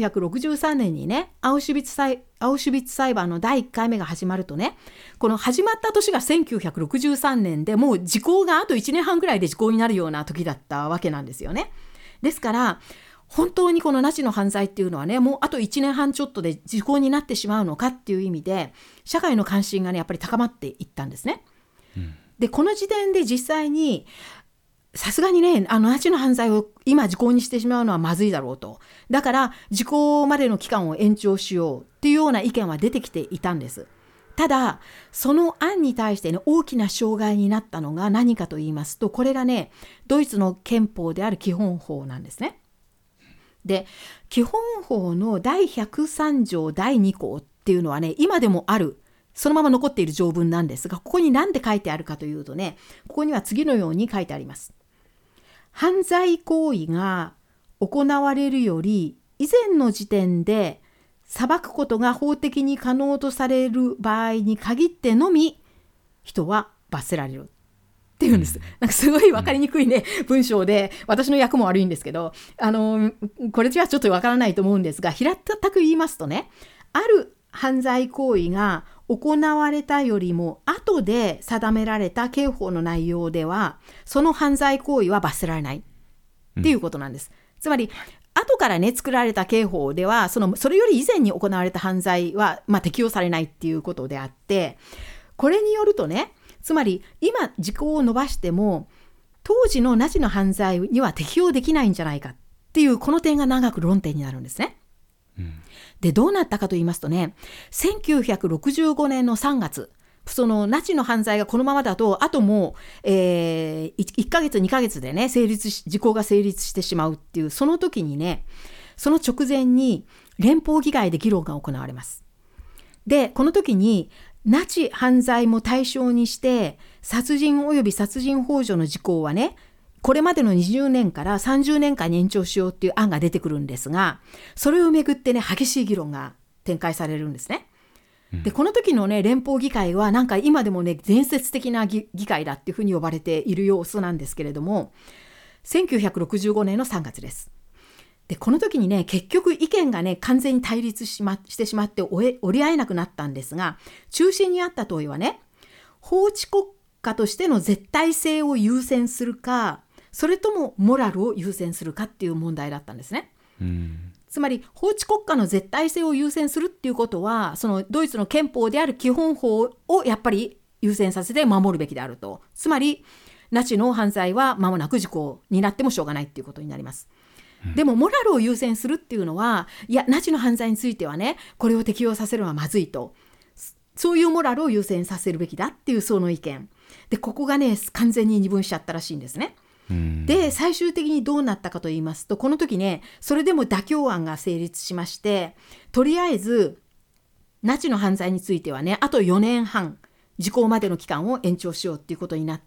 1963年にね、アウシュビッツ裁判の第1回目が始まるとね、この始まった年が1963年で、もう時効があと1年半ぐらいで時効になるような時だったわけなんですよね。ですから本当にこのナチの犯罪っていうのはね、もうあと1年半ちょっとで時効になってしまうのかっていう意味で、社会の関心がねやっぱり高まっていったんですね。でこの時点で実際にさすがにね、ナチの犯罪を今時効にしてしまうのはまずいだろうと。だから時効までの期間を延長しようっていうような意見は出てきていたんです。ただその案に対してね、大きな障害になったのが何かと言いますと、これがね、ドイツの憲法である基本法なんですね。で基本法の第103条第2項っていうのはね、今でもある、そのまま残っている条文なんですが、ここに何で書いてあるかというとね、ここには次のように書いてあります。犯罪行為が行われるより以前の時点で裁くことが法的に可能とされる場合に限ってのみ人は罰せられるっていうんです。なんかすごい分かりにくいね、文章で、私の訳も悪いんですけど、これじゃちょっと分からないと思うんですが、平たく言いますとね、ある犯罪行為が行われたよりも後で定められた刑法の内容では、その犯罪行為は罰せられないっていうことなんです。つまり後からね作られた刑法では、それより以前に行われた犯罪は、適用されないっていうことであって、これによるとね、つまり今時効を延ばしても当時のナチの犯罪には適用できないんじゃないかっていう、この点が長く論点になるんですね。でどうなったかと言いますとね、1965年の3月、そのナチの犯罪がこのままだと、あともう、1ヶ月2ヶ月でね時効が成立してしまうっていう、その時にね、その直前に連邦議会で議論が行われます。でこの時にナチ犯罪も対象にして殺人及び殺人幇助の時効はね、これまでの20年から30年間に延長しようっていう案が出てくるんですが、それをめぐってね激しい議論が展開されるんですね。でこの時のね連邦議会はなんか今でもね伝説的な議会だっていうふうに呼ばれている様子なんですけれども、1965年の3月です。でこの時にね、結局意見がね完全に対立してしまって折り合えなくなったんですが、中心にあった問いはね、法治国家としての絶対性を優先するか、それともモラルを優先するかっていう問題だったんですね。つまり法治国家の絶対性を優先するっていうことは、そのドイツの憲法である基本法をやっぱり優先させて守るべきであると。つまりナチの犯罪は間もなく時効になってもしょうがないっていうことになります。でもモラルを優先するっていうのは、いやナチの犯罪についてはね、これを適用させるのはまずいと、そういうモラルを優先させるべきだっていうその意見で、ここがね完全に二分しちゃったらしいんですね。で最終的にどうなったかと言いますと、この時ね、それでも妥協案が成立しまして、とりあえずナチの犯罪についてはね、あと4年半時効までの期間を延長しようっていうことになって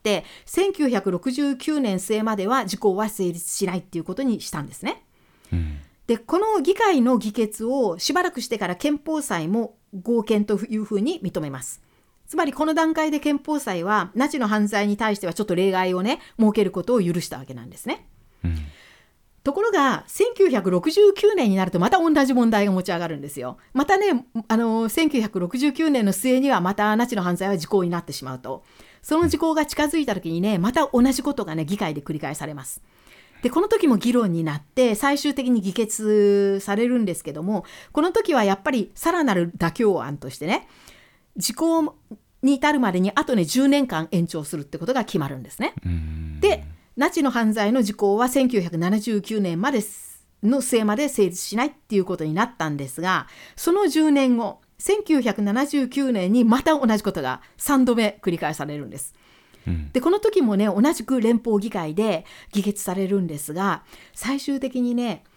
、1969年末までは時効は成立しないっていうことにしたんですね。でこの議会の議決をしばらくしてから憲法裁も合憲というふうに認めます。つまりこの段階で憲法裁はナチの犯罪に対してはちょっと例外をね設けることを許したわけなんですね。ところが1969年になるとまた同じ問題が持ち上がるんですよ。またね、1969年の末にはまたナチの犯罪は時効になってしまうと。その時効が近づいた時にね、また同じことがね議会で繰り返されます。でこの時も議論になって最終的に議決されるんですけども、この時はやっぱりさらなる妥協案としてね、時効に至るまでにあとね10年間延長するってことが決まるんですね。でナチの犯罪の時効は1979年までの末まで成立しないっていうことになったんですが、その10年後1979年にまた同じことが3度目繰り返されるんです。でこの時もね同じく連邦議会で議決されるんですが、最終的にね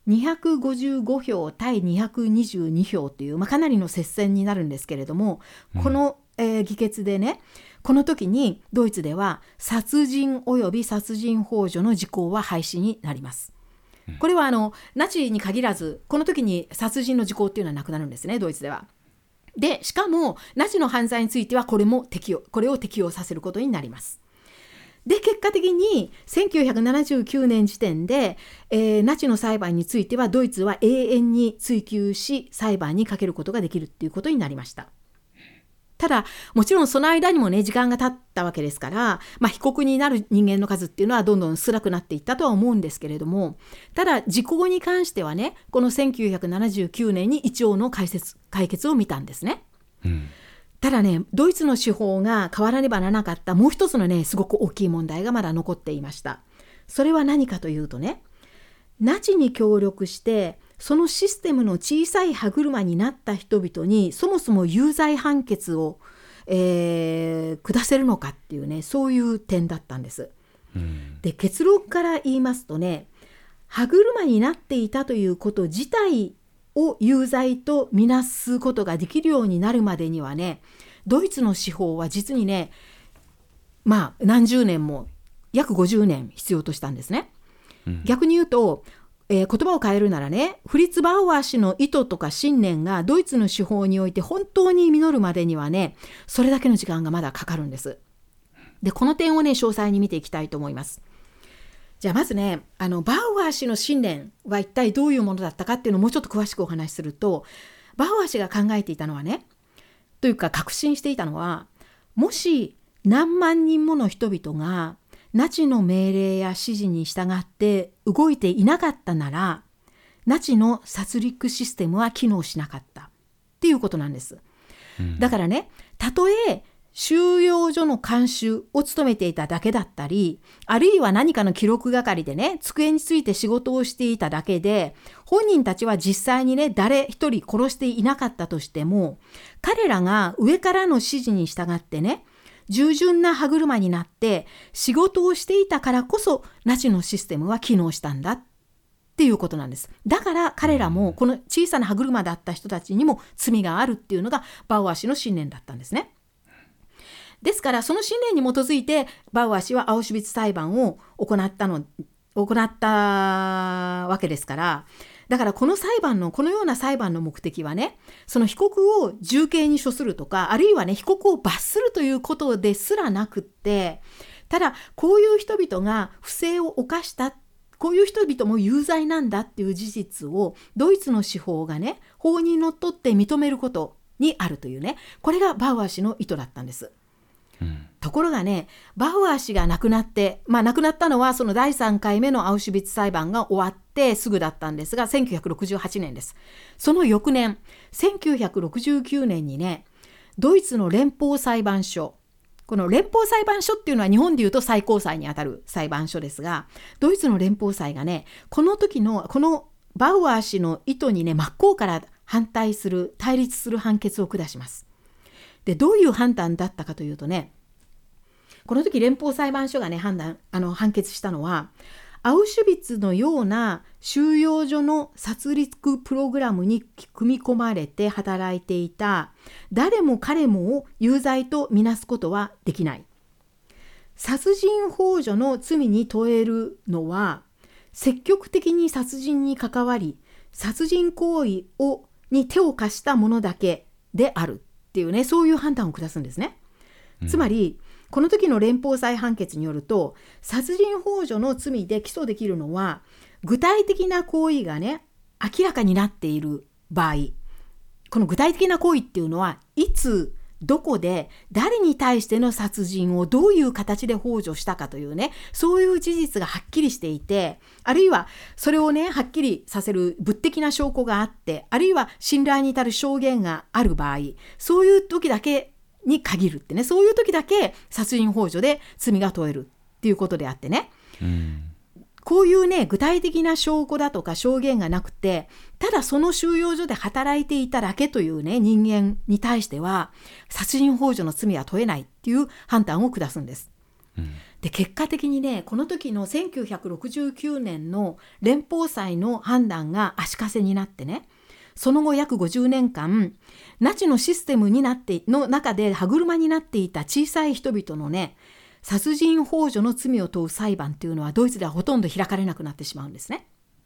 255票対222票という、かなりの接戦になるんですけれども、この、議決でね、この時にドイツでは殺人及び殺人幇助の時効は廃止になります。 これはナチに限らずこの時に殺人の時効っていうのはなくなるんですね、ドイツでは。でしかもナチの犯罪についてはこれを適用させることになります。で結果的に1979年時点で、ナチの裁判についてはドイツは永遠に追及し裁判にかけることができるっていうことになりました。ただもちろんその間にもね時間が経ったわけですから、被告になる人間の数っていうのはどんどん少なくなっていったとは思うんですけれども、ただ時効に関してはねこの1979年に一応の解決を見たんですね。ただねドイツの司法が変わらねばならなかったもう一つのねすごく大きい問題がまだ残っていました。それは何かというとね、ナチに協力してそのシステムの小さい歯車になった人々にそもそも有罪判決を、下せるのかっていうねそういう点だったんです。で結論から言いますとね、歯車になっていたということ自体を有罪とみなすことができるようになるまでにはね、ドイツの司法は実にね何十年も約50年必要としたんですね。逆に言うと言葉を変えるならね、フリッツ・バウアー氏の意図とか信念がドイツの司法において本当に実るまでにはねそれだけの時間がまだかかるんです。でこの点をね詳細に見ていきたいと思います。じゃあまずねバウアー氏の信念は一体どういうものだったかっていうのをもうちょっと詳しくお話しすると、バウアー氏が考えていたのはねというか確信していたのは、もし何万人もの人々がナチの命令や指示に従って動いていなかったならナチの殺戮システムは機能しなかったっていうことなんです。だからね、たとえ収容所の看守を務めていただけだったり、あるいは何かの記録係でね机について仕事をしていただけで本人たちは実際にね誰一人殺していなかったとしても、彼らが上からの指示に従ってね従順な歯車になって仕事をしていたからこそナチのシステムは機能したんだっていうことなんです。だから彼らもこの小さな歯車だった人たちにも罪があるっていうのがバウアー氏の信念だったんですね。ですからその信念に基づいてバウアー氏はアウシュビッツ裁判を行ったわけですから、だからこのような裁判の目的はね、その被告を重刑に処するとか、あるいはね被告を罰するということですらなくって、ただこういう人々が不正を犯した、こういう人々も有罪なんだっていう事実をドイツの司法がね法にのっとって認めることにあるというね、これがバウアー氏の意図だったんです。ところがね、バウアー氏が亡くなって、亡くなったのはその第3回目のアウシュビッツ裁判が終わってすぐだったんですが、1968年です。その翌年1969年にね、ドイツの連邦裁判所、この連邦裁判所っていうのは日本でいうと最高裁にあたる裁判所ですが、ドイツの連邦裁がねこのバウアー氏の意図にね真っ向から対立する判決を下します。でどういう判断だったかというとね、この時連邦裁判所がね判決したのは、アウシュビッツのような収容所の殺戮プログラムに組み込まれて働いていた誰も彼もを有罪とみなすことはできない。殺人幇助の罪に問えるのは積極的に殺人に関わり殺人行為に手を貸したものだけであるっていうね、そういう判断を下すんですね。つまりこの時の連邦裁判決によると、殺人幇助の罪で起訴できるのは具体的な行為がね明らかになっている場合、この具体的な行為っていうのはいつどこで誰に対しての殺人をどういう形で幇助したかというね、そういう事実がはっきりしていて、あるいはそれをねはっきりさせる物的な証拠があって、あるいは信頼に至る証言がある場合、そういう時だけに限るってね、そういう時だけ殺人幇助で罪が問えるっていうことであってね、こういうね具体的な証拠だとか証言がなくて、ただその収容所で働いていただけというね人間に対しては殺人幇助の罪は問えないっていう判断を下すんです。で結果的にね、この時の1969年の連邦裁の判断が足かせになってね、その後約50年間ナチのシステムの中で歯車になっていた小さい人々のね殺人幇助の罪を問う裁判というのはドイツではほとんど開かれなくなってしまうんですね。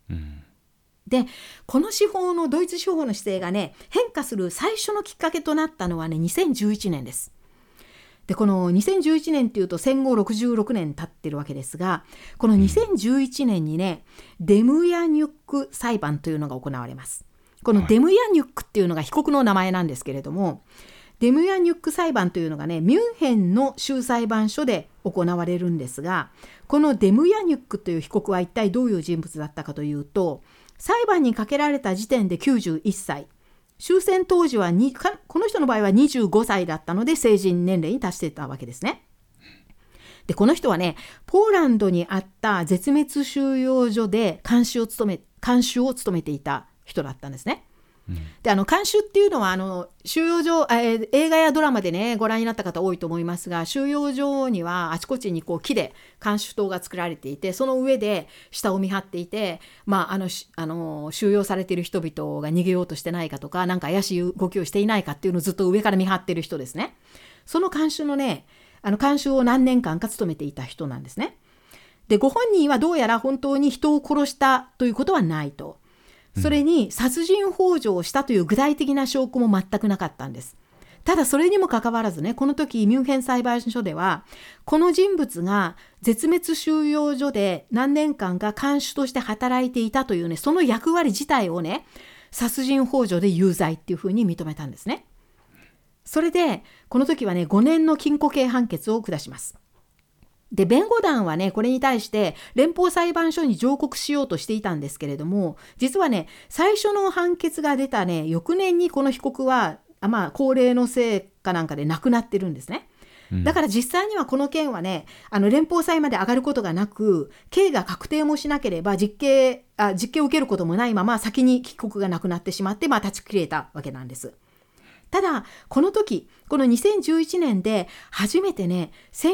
でこの司法のドイツ司法の姿勢がね変化する最初のきっかけとなったのはね2011年です。でこの2011年っていうと戦後66年経ってるわけですが、この2011年にねデムヤニュック裁判というのが行われます。このデムヤニュックっていうのが被告の名前なんですけれども、デムヤニュック裁判というのがねミュンヘンの州裁判所で行われるんですが、このデムヤニュックという被告は一体どういう人物だったかというと、裁判にかけられた時点で91歳、終戦当時はこの人の場合は25歳だったので成人年齢に達していたわけですね。でこの人はねポーランドにあった絶滅収容所で看守を務めていた人だったんですね。で看守っていうのは収容所、映画やドラマでねご覧になった方多いと思いますが、収容所にはあちこちにこう木で看守塔が作られていて、その上で下を見張っていて、収容されている人々が逃げようとしてないかとか、なんか怪しい動きをしていないかっていうのをずっと上から見張っている人ですね。その看守のね看守を何年間か務めていた人なんですね。でご本人はどうやら本当に人を殺したということはないと、それに殺人幇助をしたという具体的な証拠も全くなかったんです。ただそれにもかかわらずね、この時ミュンヘン裁判所ではこの人物が絶滅収容所で何年間か看守として働いていたというね、その役割自体をね殺人幇助で有罪っていうふうに認めたんですね。それでこの時はね5年の禁錮刑判決を下します。で弁護団はねこれに対して連邦裁判所に上告しようとしていたんですけれども、実はね最初の判決が出たね翌年にこの被告は高齢のせいかなんかで亡くなってるんですね。だから実際にはこの件はね連邦裁まで上がることがなく、刑が確定もしなければ実刑を受けることもないまま先に被告が亡くなってしまって断ち切れたわけなんです。ただこの時この2011年で初めてね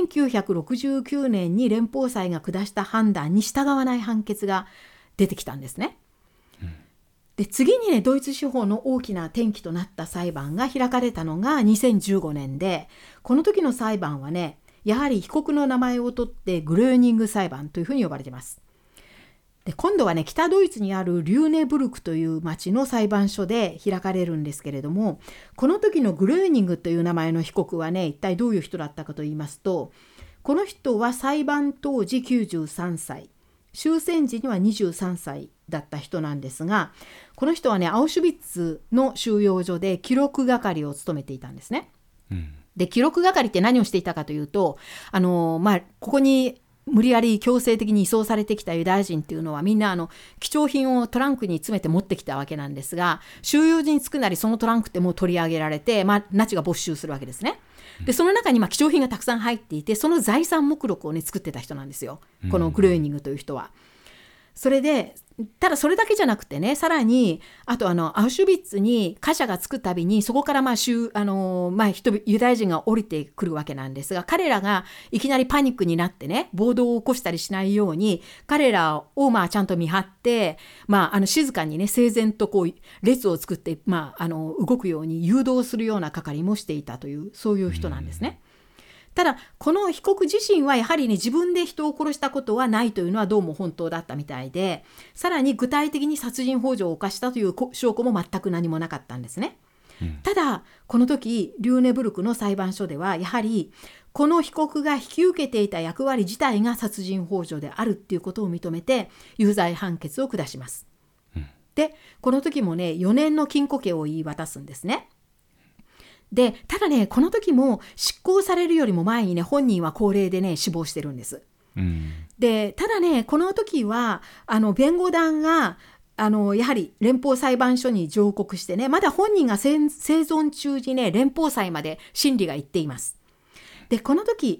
1969年に連邦裁が下した判断に従わない判決が出てきたんですね。で次にねドイツ司法の大きな転機となった裁判が開かれたのが2015年で、この時の裁判はねやはり被告の名前を取ってグレーニング裁判というふうに呼ばれています。で今度はね北ドイツにあるリューネブルクという町の裁判所で開かれるんですけれども、この時のグレーニングという名前の被告はね一体どういう人だったかと言いますと、この人は裁判当時93歳、終戦時には23歳だった人なんですが、この人はねアウシュビッツの収容所で記録係を務めていたんですね。で記録係って何をしていたかというと、ここに無理やり強制的に移送されてきたユダヤ人っていうのはみんな貴重品をトランクに詰めて持ってきたわけなんですが、収容所に着くなりそのトランクってもう取り上げられて、ナチが没収するわけですね。でその中に貴重品がたくさん入っていて、その財産目録をね作ってた人なんですよ、このグレーニングという人は。それでただそれだけじゃなくてね、さらにあとアウシュビッツに貨車が着くたびにそこからユダヤ人が降りてくるわけなんですが、彼らがいきなりパニックになってね暴動を起こしたりしないように彼らをちゃんと見張って、静かにね整然とこう列を作って、動くように誘導するような係もしていたという、そういう人なんですね。ただこの被告自身はやはりね自分で人を殺したことはないというのはどうも本当だったみたいで、さらに具体的に殺人幇助を犯したという証拠も全く何もなかったんですね。ただこの時リューネブルクの裁判所ではやはりこの被告が引き受けていた役割自体が殺人幇助であるっていうことを認めて有罪判決を下します。でこの時もね4年の禁錮刑を言い渡すんですね。でただねこの時も執行されるよりも前にね本人は高齢でね死亡してるんです。でただねこの時は弁護団がやはり連邦裁判所に上告してね、まだ本人が生存中にね連邦裁まで審理が行っています。でこの時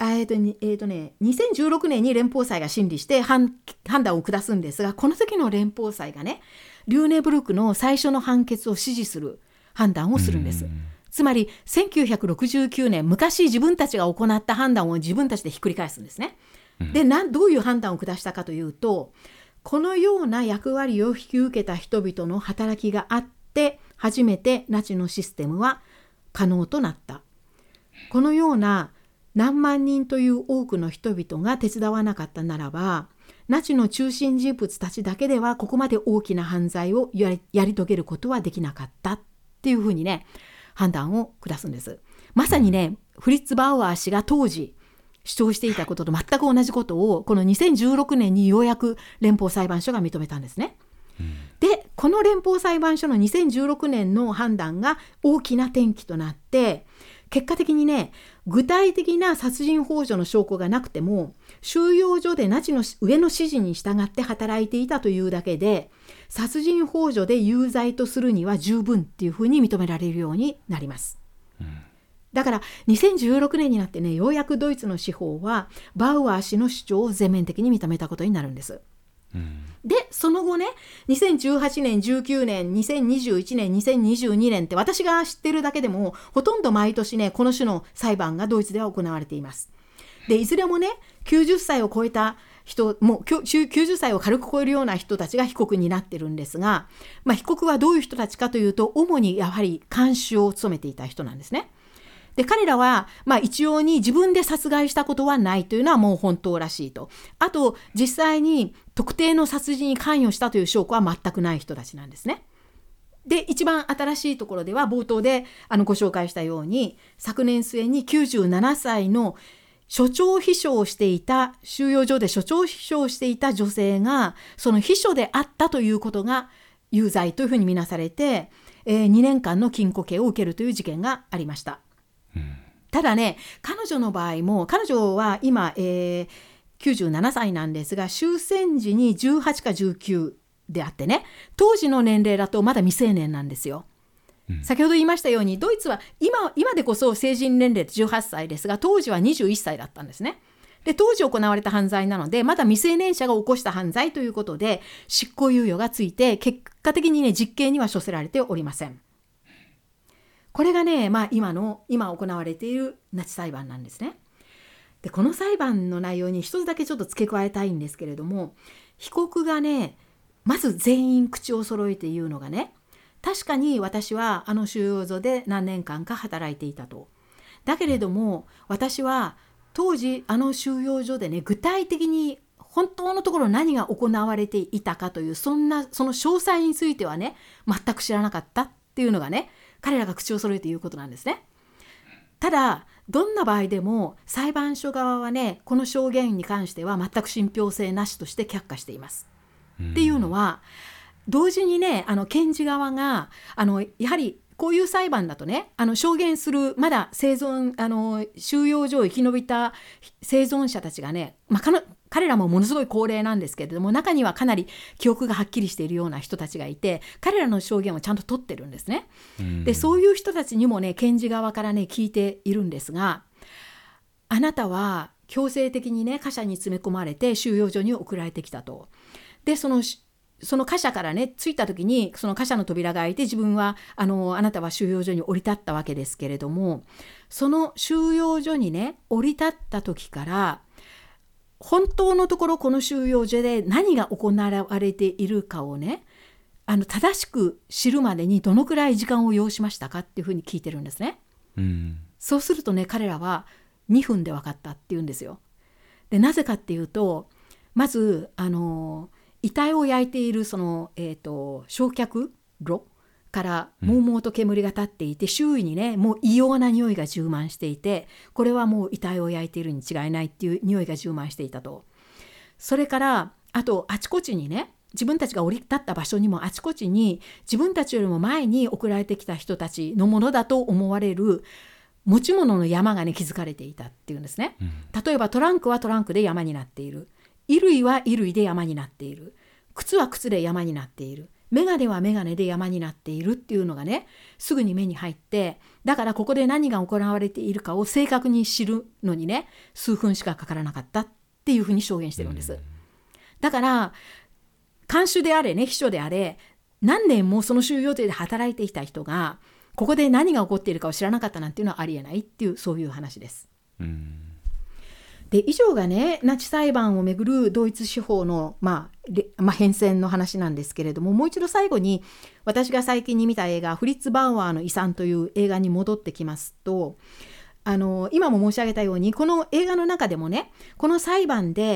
2016年に連邦裁が審理して判断を下すんですが、この時の連邦裁がねリューネブルクの最初の判決を支持する判断をするんです。つまり1969年昔自分たちが行った判断を自分たちでひっくり返すんですね。でどういう判断を下したかというと、このような役割を引き受けた人々の働きがあって初めてナチのシステムは可能となった。このような何万人という多くの人々が手伝わなかったならばナチの中心人物たちだけではここまで大きな犯罪をやり遂げることはできなかったっていうふうにね、判断を下すんです。まさにね、フリッツ・バウアー氏が当時主張していたことと全く同じことをこの2016年にようやく連邦裁判所が認めたんですね。で、この連邦裁判所の2016年の判断が大きな転機となって、結果的にね、具体的な殺人幇助の証拠がなくても、収容所でナチの上の指示に従って働いていたというだけで、殺人幇助で有罪とするには十分っていうふうに認められるようになります。だから2016年になってね、ようやくドイツの司法はバウアー氏の主張を全面的に認めたことになるんです。で、その後ね、2018年、19年、2021年、2022年って私が知ってるだけでもほとんど毎年ね、この種の裁判がドイツでは行われています。で、いずれもね、90歳を超えた人、もう90歳を軽く超えるような人たちが被告になってるんですが、被告はどういう人たちかというと、主にやはり看守を務めていた人なんですね。で、彼らは、一応に自分で殺害したことはないというのはもう本当らしいと。あと、実際に特定の殺人に関与したという証拠は全くない人たちなんですね。で、一番新しいところでは、冒頭でご紹介したように、昨年末に97歳の所長秘書をしていた、収容所で所長秘書をしていた女性が、その秘書であったということが有罪というふうに見なされて、2年間の禁錮刑を受けるという事件がありました。ただね、彼女の場合も、彼女は今、97歳なんですが、終戦時に18か19であってね、当時の年齢だとまだ未成年なんですよ。先ほど言いましたように、ドイツは今でこそ成人年齢って18歳ですが、当時は21歳だったんですね。で、当時行われた犯罪なので、まだ未成年者が起こした犯罪ということで、執行猶予がついて、結果的にね、実刑には処せられておりません。これがね、今行われているナチ裁判なんですね。で、この裁判の内容に一つだけちょっと付け加えたいんですけれども、被告がね、まず全員口を揃えて言うのがね、確かに私は収容所で何年間か働いていたと。だけれども、私は当時収容所でね、具体的に本当のところ何が行われていたかという、その詳細についてはね、全く知らなかったっていうのがね、彼らが口を揃えて言うことなんですね。ただ、どんな場合でも裁判所側はね、この証言に関しては全く信憑性なしとして却下しています。っていうのは、同時にね、検事側がやはりこういう裁判だとね、証言するまだ収容所を生き延びた生存者たちがね、彼らもものすごい高齢なんですけれども、中にはかなり記憶がはっきりしているような人たちがいて、彼らの証言をちゃんと取ってるんですね。で、そういう人たちにもね、検事側からね、聞いているんですが、あなたは強制的にね、貨車に詰め込まれて収容所に送られてきたと。で、その貨車からね、着いた時にその貨車の扉が開いて、自分はあなたは収容所に降り立ったわけですけれども、その収容所にね、降り立った時から本当のところこの収容所で何が行われているかをね、正しく知るまでにどのくらい時間を要しましたかっていうふうに聞いてるんですね。そうするとね、彼らは2分で分かったって言うんですよ。で、なぜかっていうと、まず遺体を焼いているその、焼却炉からもうもうと煙が立っていて、周囲にね、もう異様な匂いが充満していて、これはもう遺体を焼いているに違いないっていう匂いが充満していたと。それからあと、あちこちにね、自分たちが降り立った場所にもあちこちに自分たちよりも前に送られてきた人たちのものだと思われる持ち物の山がね、築かれていたっていうんですね。例えばトランクはトランクで山になっている、衣類は衣類で山になっている、靴は靴で山になっている、メガネはメガネで山になっているっていうのがね、すぐに目に入って、だからここで何が行われているかを正確に知るのにね、数分しかかからなかったっていうふうに証言してるんです。だから看守であれね、秘書であれ、何年もその収容所で働いてきた人がここで何が起こっているかを知らなかったなんていうのはありえないっていう、そういう話です。で、以上がね、ナチ裁判をめぐるドイツ司法の、変遷の話なんですけれども、もう一度最後に私が最近に見た映画、フリッツ・バウアーの遺産という映画に戻ってきますと、今も申し上げたように、この映画の中でもね、この裁判で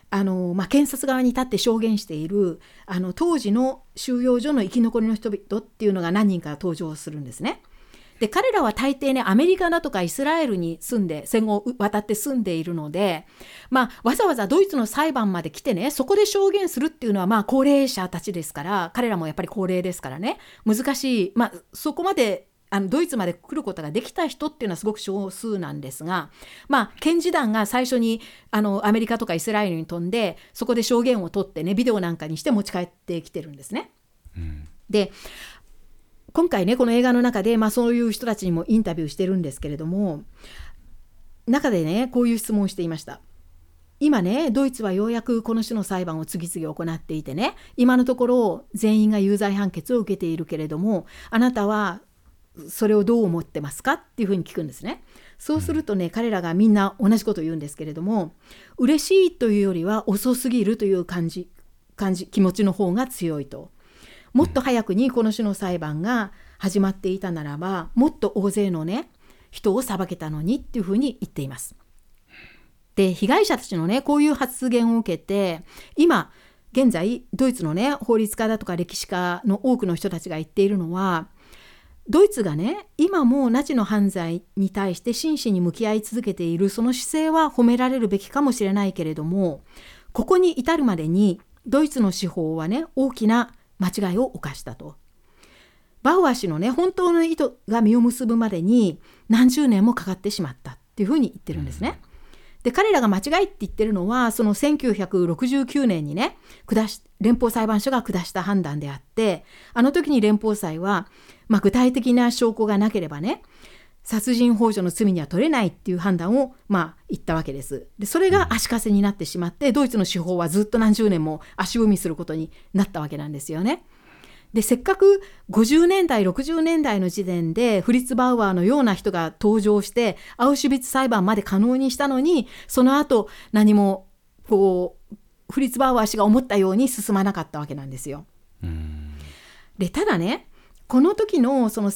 検察側に立って証言している当時の収容所の生き残りの人々っていうのが何人か登場するんですね。で彼らは大抵ねアメリカだとかイスラエルに住んで戦後渡って住んでいるので、わざわざドイツの裁判まで来てねそこで証言するっていうのは高齢者たちですから、彼らもやっぱり高齢ですからね難しい、そこまでドイツまで来ることができた人っていうのはすごく少数なんですが、検事団が最初にアメリカとかイスラエルに飛んでそこで証言を取ってねビデオなんかにして持ち帰ってきてるんですね。で今回ねこの映画の中で、そういう人たちにもインタビューしてるんですけれども、中でねこういう質問をしていました。今ねドイツはようやくこの種の裁判を次々行っていてね、今のところ全員が有罪判決を受けているけれども、あなたはそれをどう思ってますかっていうふうに聞くんですね。そうするとね、彼らがみんな同じことを言うんですけれども、嬉しいというよりは遅すぎるという気持ちの方が強いと。もっと早くにこの種の裁判が始まっていたならば、もっと大勢のね人を裁けたのにっていうふうに言っています。で被害者たちのねこういう発言を受けて、今現在ドイツのね法律家だとか歴史家の多くの人たちが言っているのは、ドイツがね今もナチの犯罪に対して真摯に向き合い続けているその姿勢は褒められるべきかもしれないけれども、ここに至るまでにドイツの司法はね大きな間違いを犯したと。バウアー氏のね本当の意図が実を結ぶまでに何十年もかかってしまったっていうふうに言ってるんですね。で彼らが間違いって言ってるのはその1969年にね連邦裁判所が下した判断であって、あの時に連邦裁は、具体的な証拠がなければね殺人幇助の罪には取れないっていう判断を言ったわけです。でそれが足かせになってしまって、ドイツの司法はずっと何十年も足踏みすることになったわけなんですよね。でせっかく50年代60年代の時点でフリッツ・バウアーのような人が登場してアウシュビッツ裁判まで可能にしたのに、その後何もフリッツ・バウアー氏が思ったように進まなかったわけなんですよ。でただねこの時のその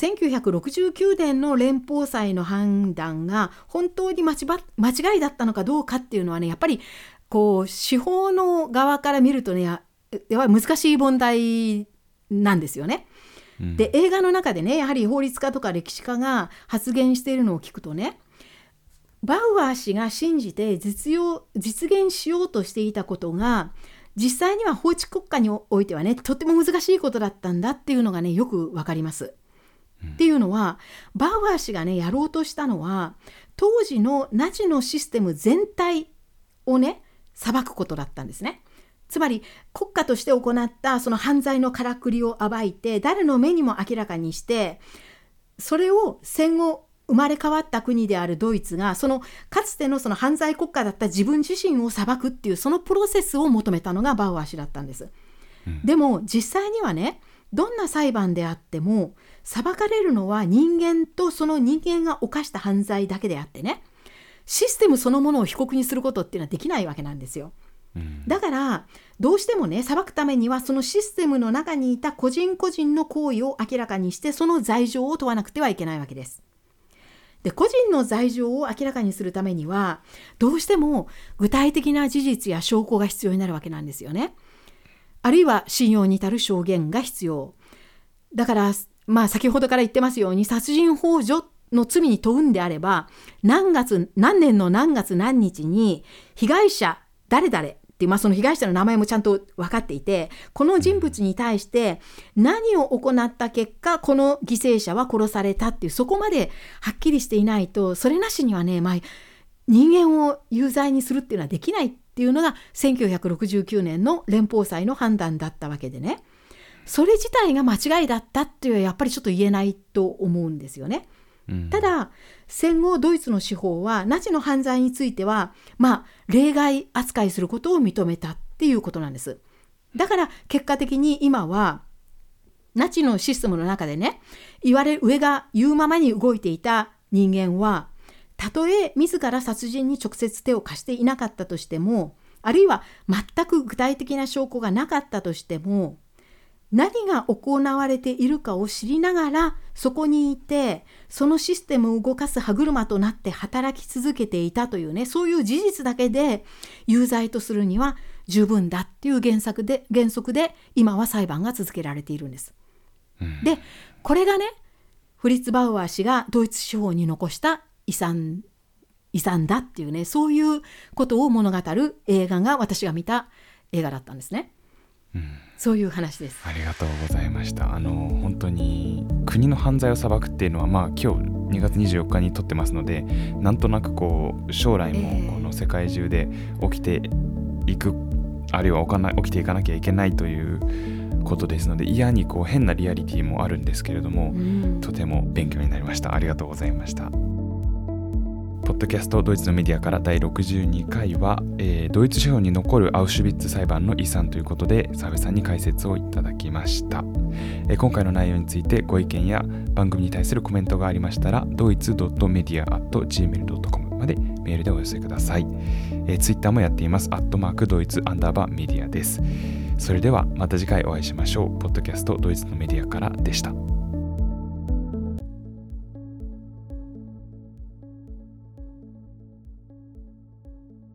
1969年の連邦裁の判断が本当に間違いだったのかどうかっていうのはね、やっぱり司法の側から見るとねやっぱり難しい問題なんですよね。で映画の中でねやはり法律家とか歴史家が発言しているのを聞くとね、バウアー氏が信じて実現しようとしていたことが実際には法治国家においてはねとっても難しいことだったんだっていうのがねよくわかります。っていうのはバウアー氏がねやろうとしたのは当時のナチのシステム全体をね裁くことだったんですね。つまり国家として行ったその犯罪のからくりを暴いて誰の目にも明らかにして、それを戦後生まれ変わった国であるドイツがかつてのその犯罪国家だった自分自身を裁くっていうそのプロセスを求めたのがバウアー氏だったんです。でも実際にはねどんな裁判であっても裁かれるのは人間とその人間が犯した犯罪だけであってね、システムそのものを被告にすることっていうのはできないわけなんですよ。だからどうしてもね裁くためにはそのシステムの中にいた個人個人の行為を明らかにしてその罪状を問わなくてはいけないわけです。で個人の罪状を明らかにするためにはどうしても具体的な事実や証拠が必要になるわけなんですよね。あるいは信用に至る証言が必要だから、先ほどから言ってますように殺人幇助の罪に問うんであれば何年の何月何日に被害者誰々っていう、その被害者の名前もちゃんと分かっていて、この人物に対して何を行った結果この犠牲者は殺されたっていうそこまではっきりしていないと、それなしにはね、人間を有罪にするっていうのはできないっていうのが1969年の連邦裁の判断だったわけでね、それ自体が間違いだったっていうのはやっぱりちょっと言えないと思うんですよね。ただ戦後ドイツの司法はナチの犯罪については例外扱いすることを認めたっていうことなんです。だから結果的に今はナチのシステムの中でね上が言うままに動いていた人間はたとえ自ら殺人に直接手を貸していなかったとしても、あるいは全く具体的な証拠がなかったとしても何が行われているかを知りながらそこにいて、そのシステムを動かす歯車となって働き続けていたというね、そういう事実だけで有罪とするには十分だっていう原則で今は裁判が続けられているんです。で、これがね、フリッツ・バウアー氏がドイツ司法に残した遺産だっていうね、そういうことを物語る映画が私が見た映画だったんですね。そういう話です。 ありがとうございました。本当に国の犯罪を裁くっていうのは、今日2月24日に撮ってますので、なんとなく将来もこの世界中で起きていく、あるいは起きていかなきゃいけないということですので、嫌に変なリアリティもあるんですけれども、とても勉強になりました。ありがとうございました。ポッドキャストドイツのメディアから第62回は、ドイツ司法に残るアウシュビッツ裁判の遺産ということで澤部さんに解説をいただきました。今回の内容についてご意見や番組に対するコメントがありましたら、doitz.media@gmail.com までメールでお寄せください。ツイッターもやっています。@doitz_mediaです。それではまた次回お会いしましょう。ポッドキャストドイツのメディアからでした。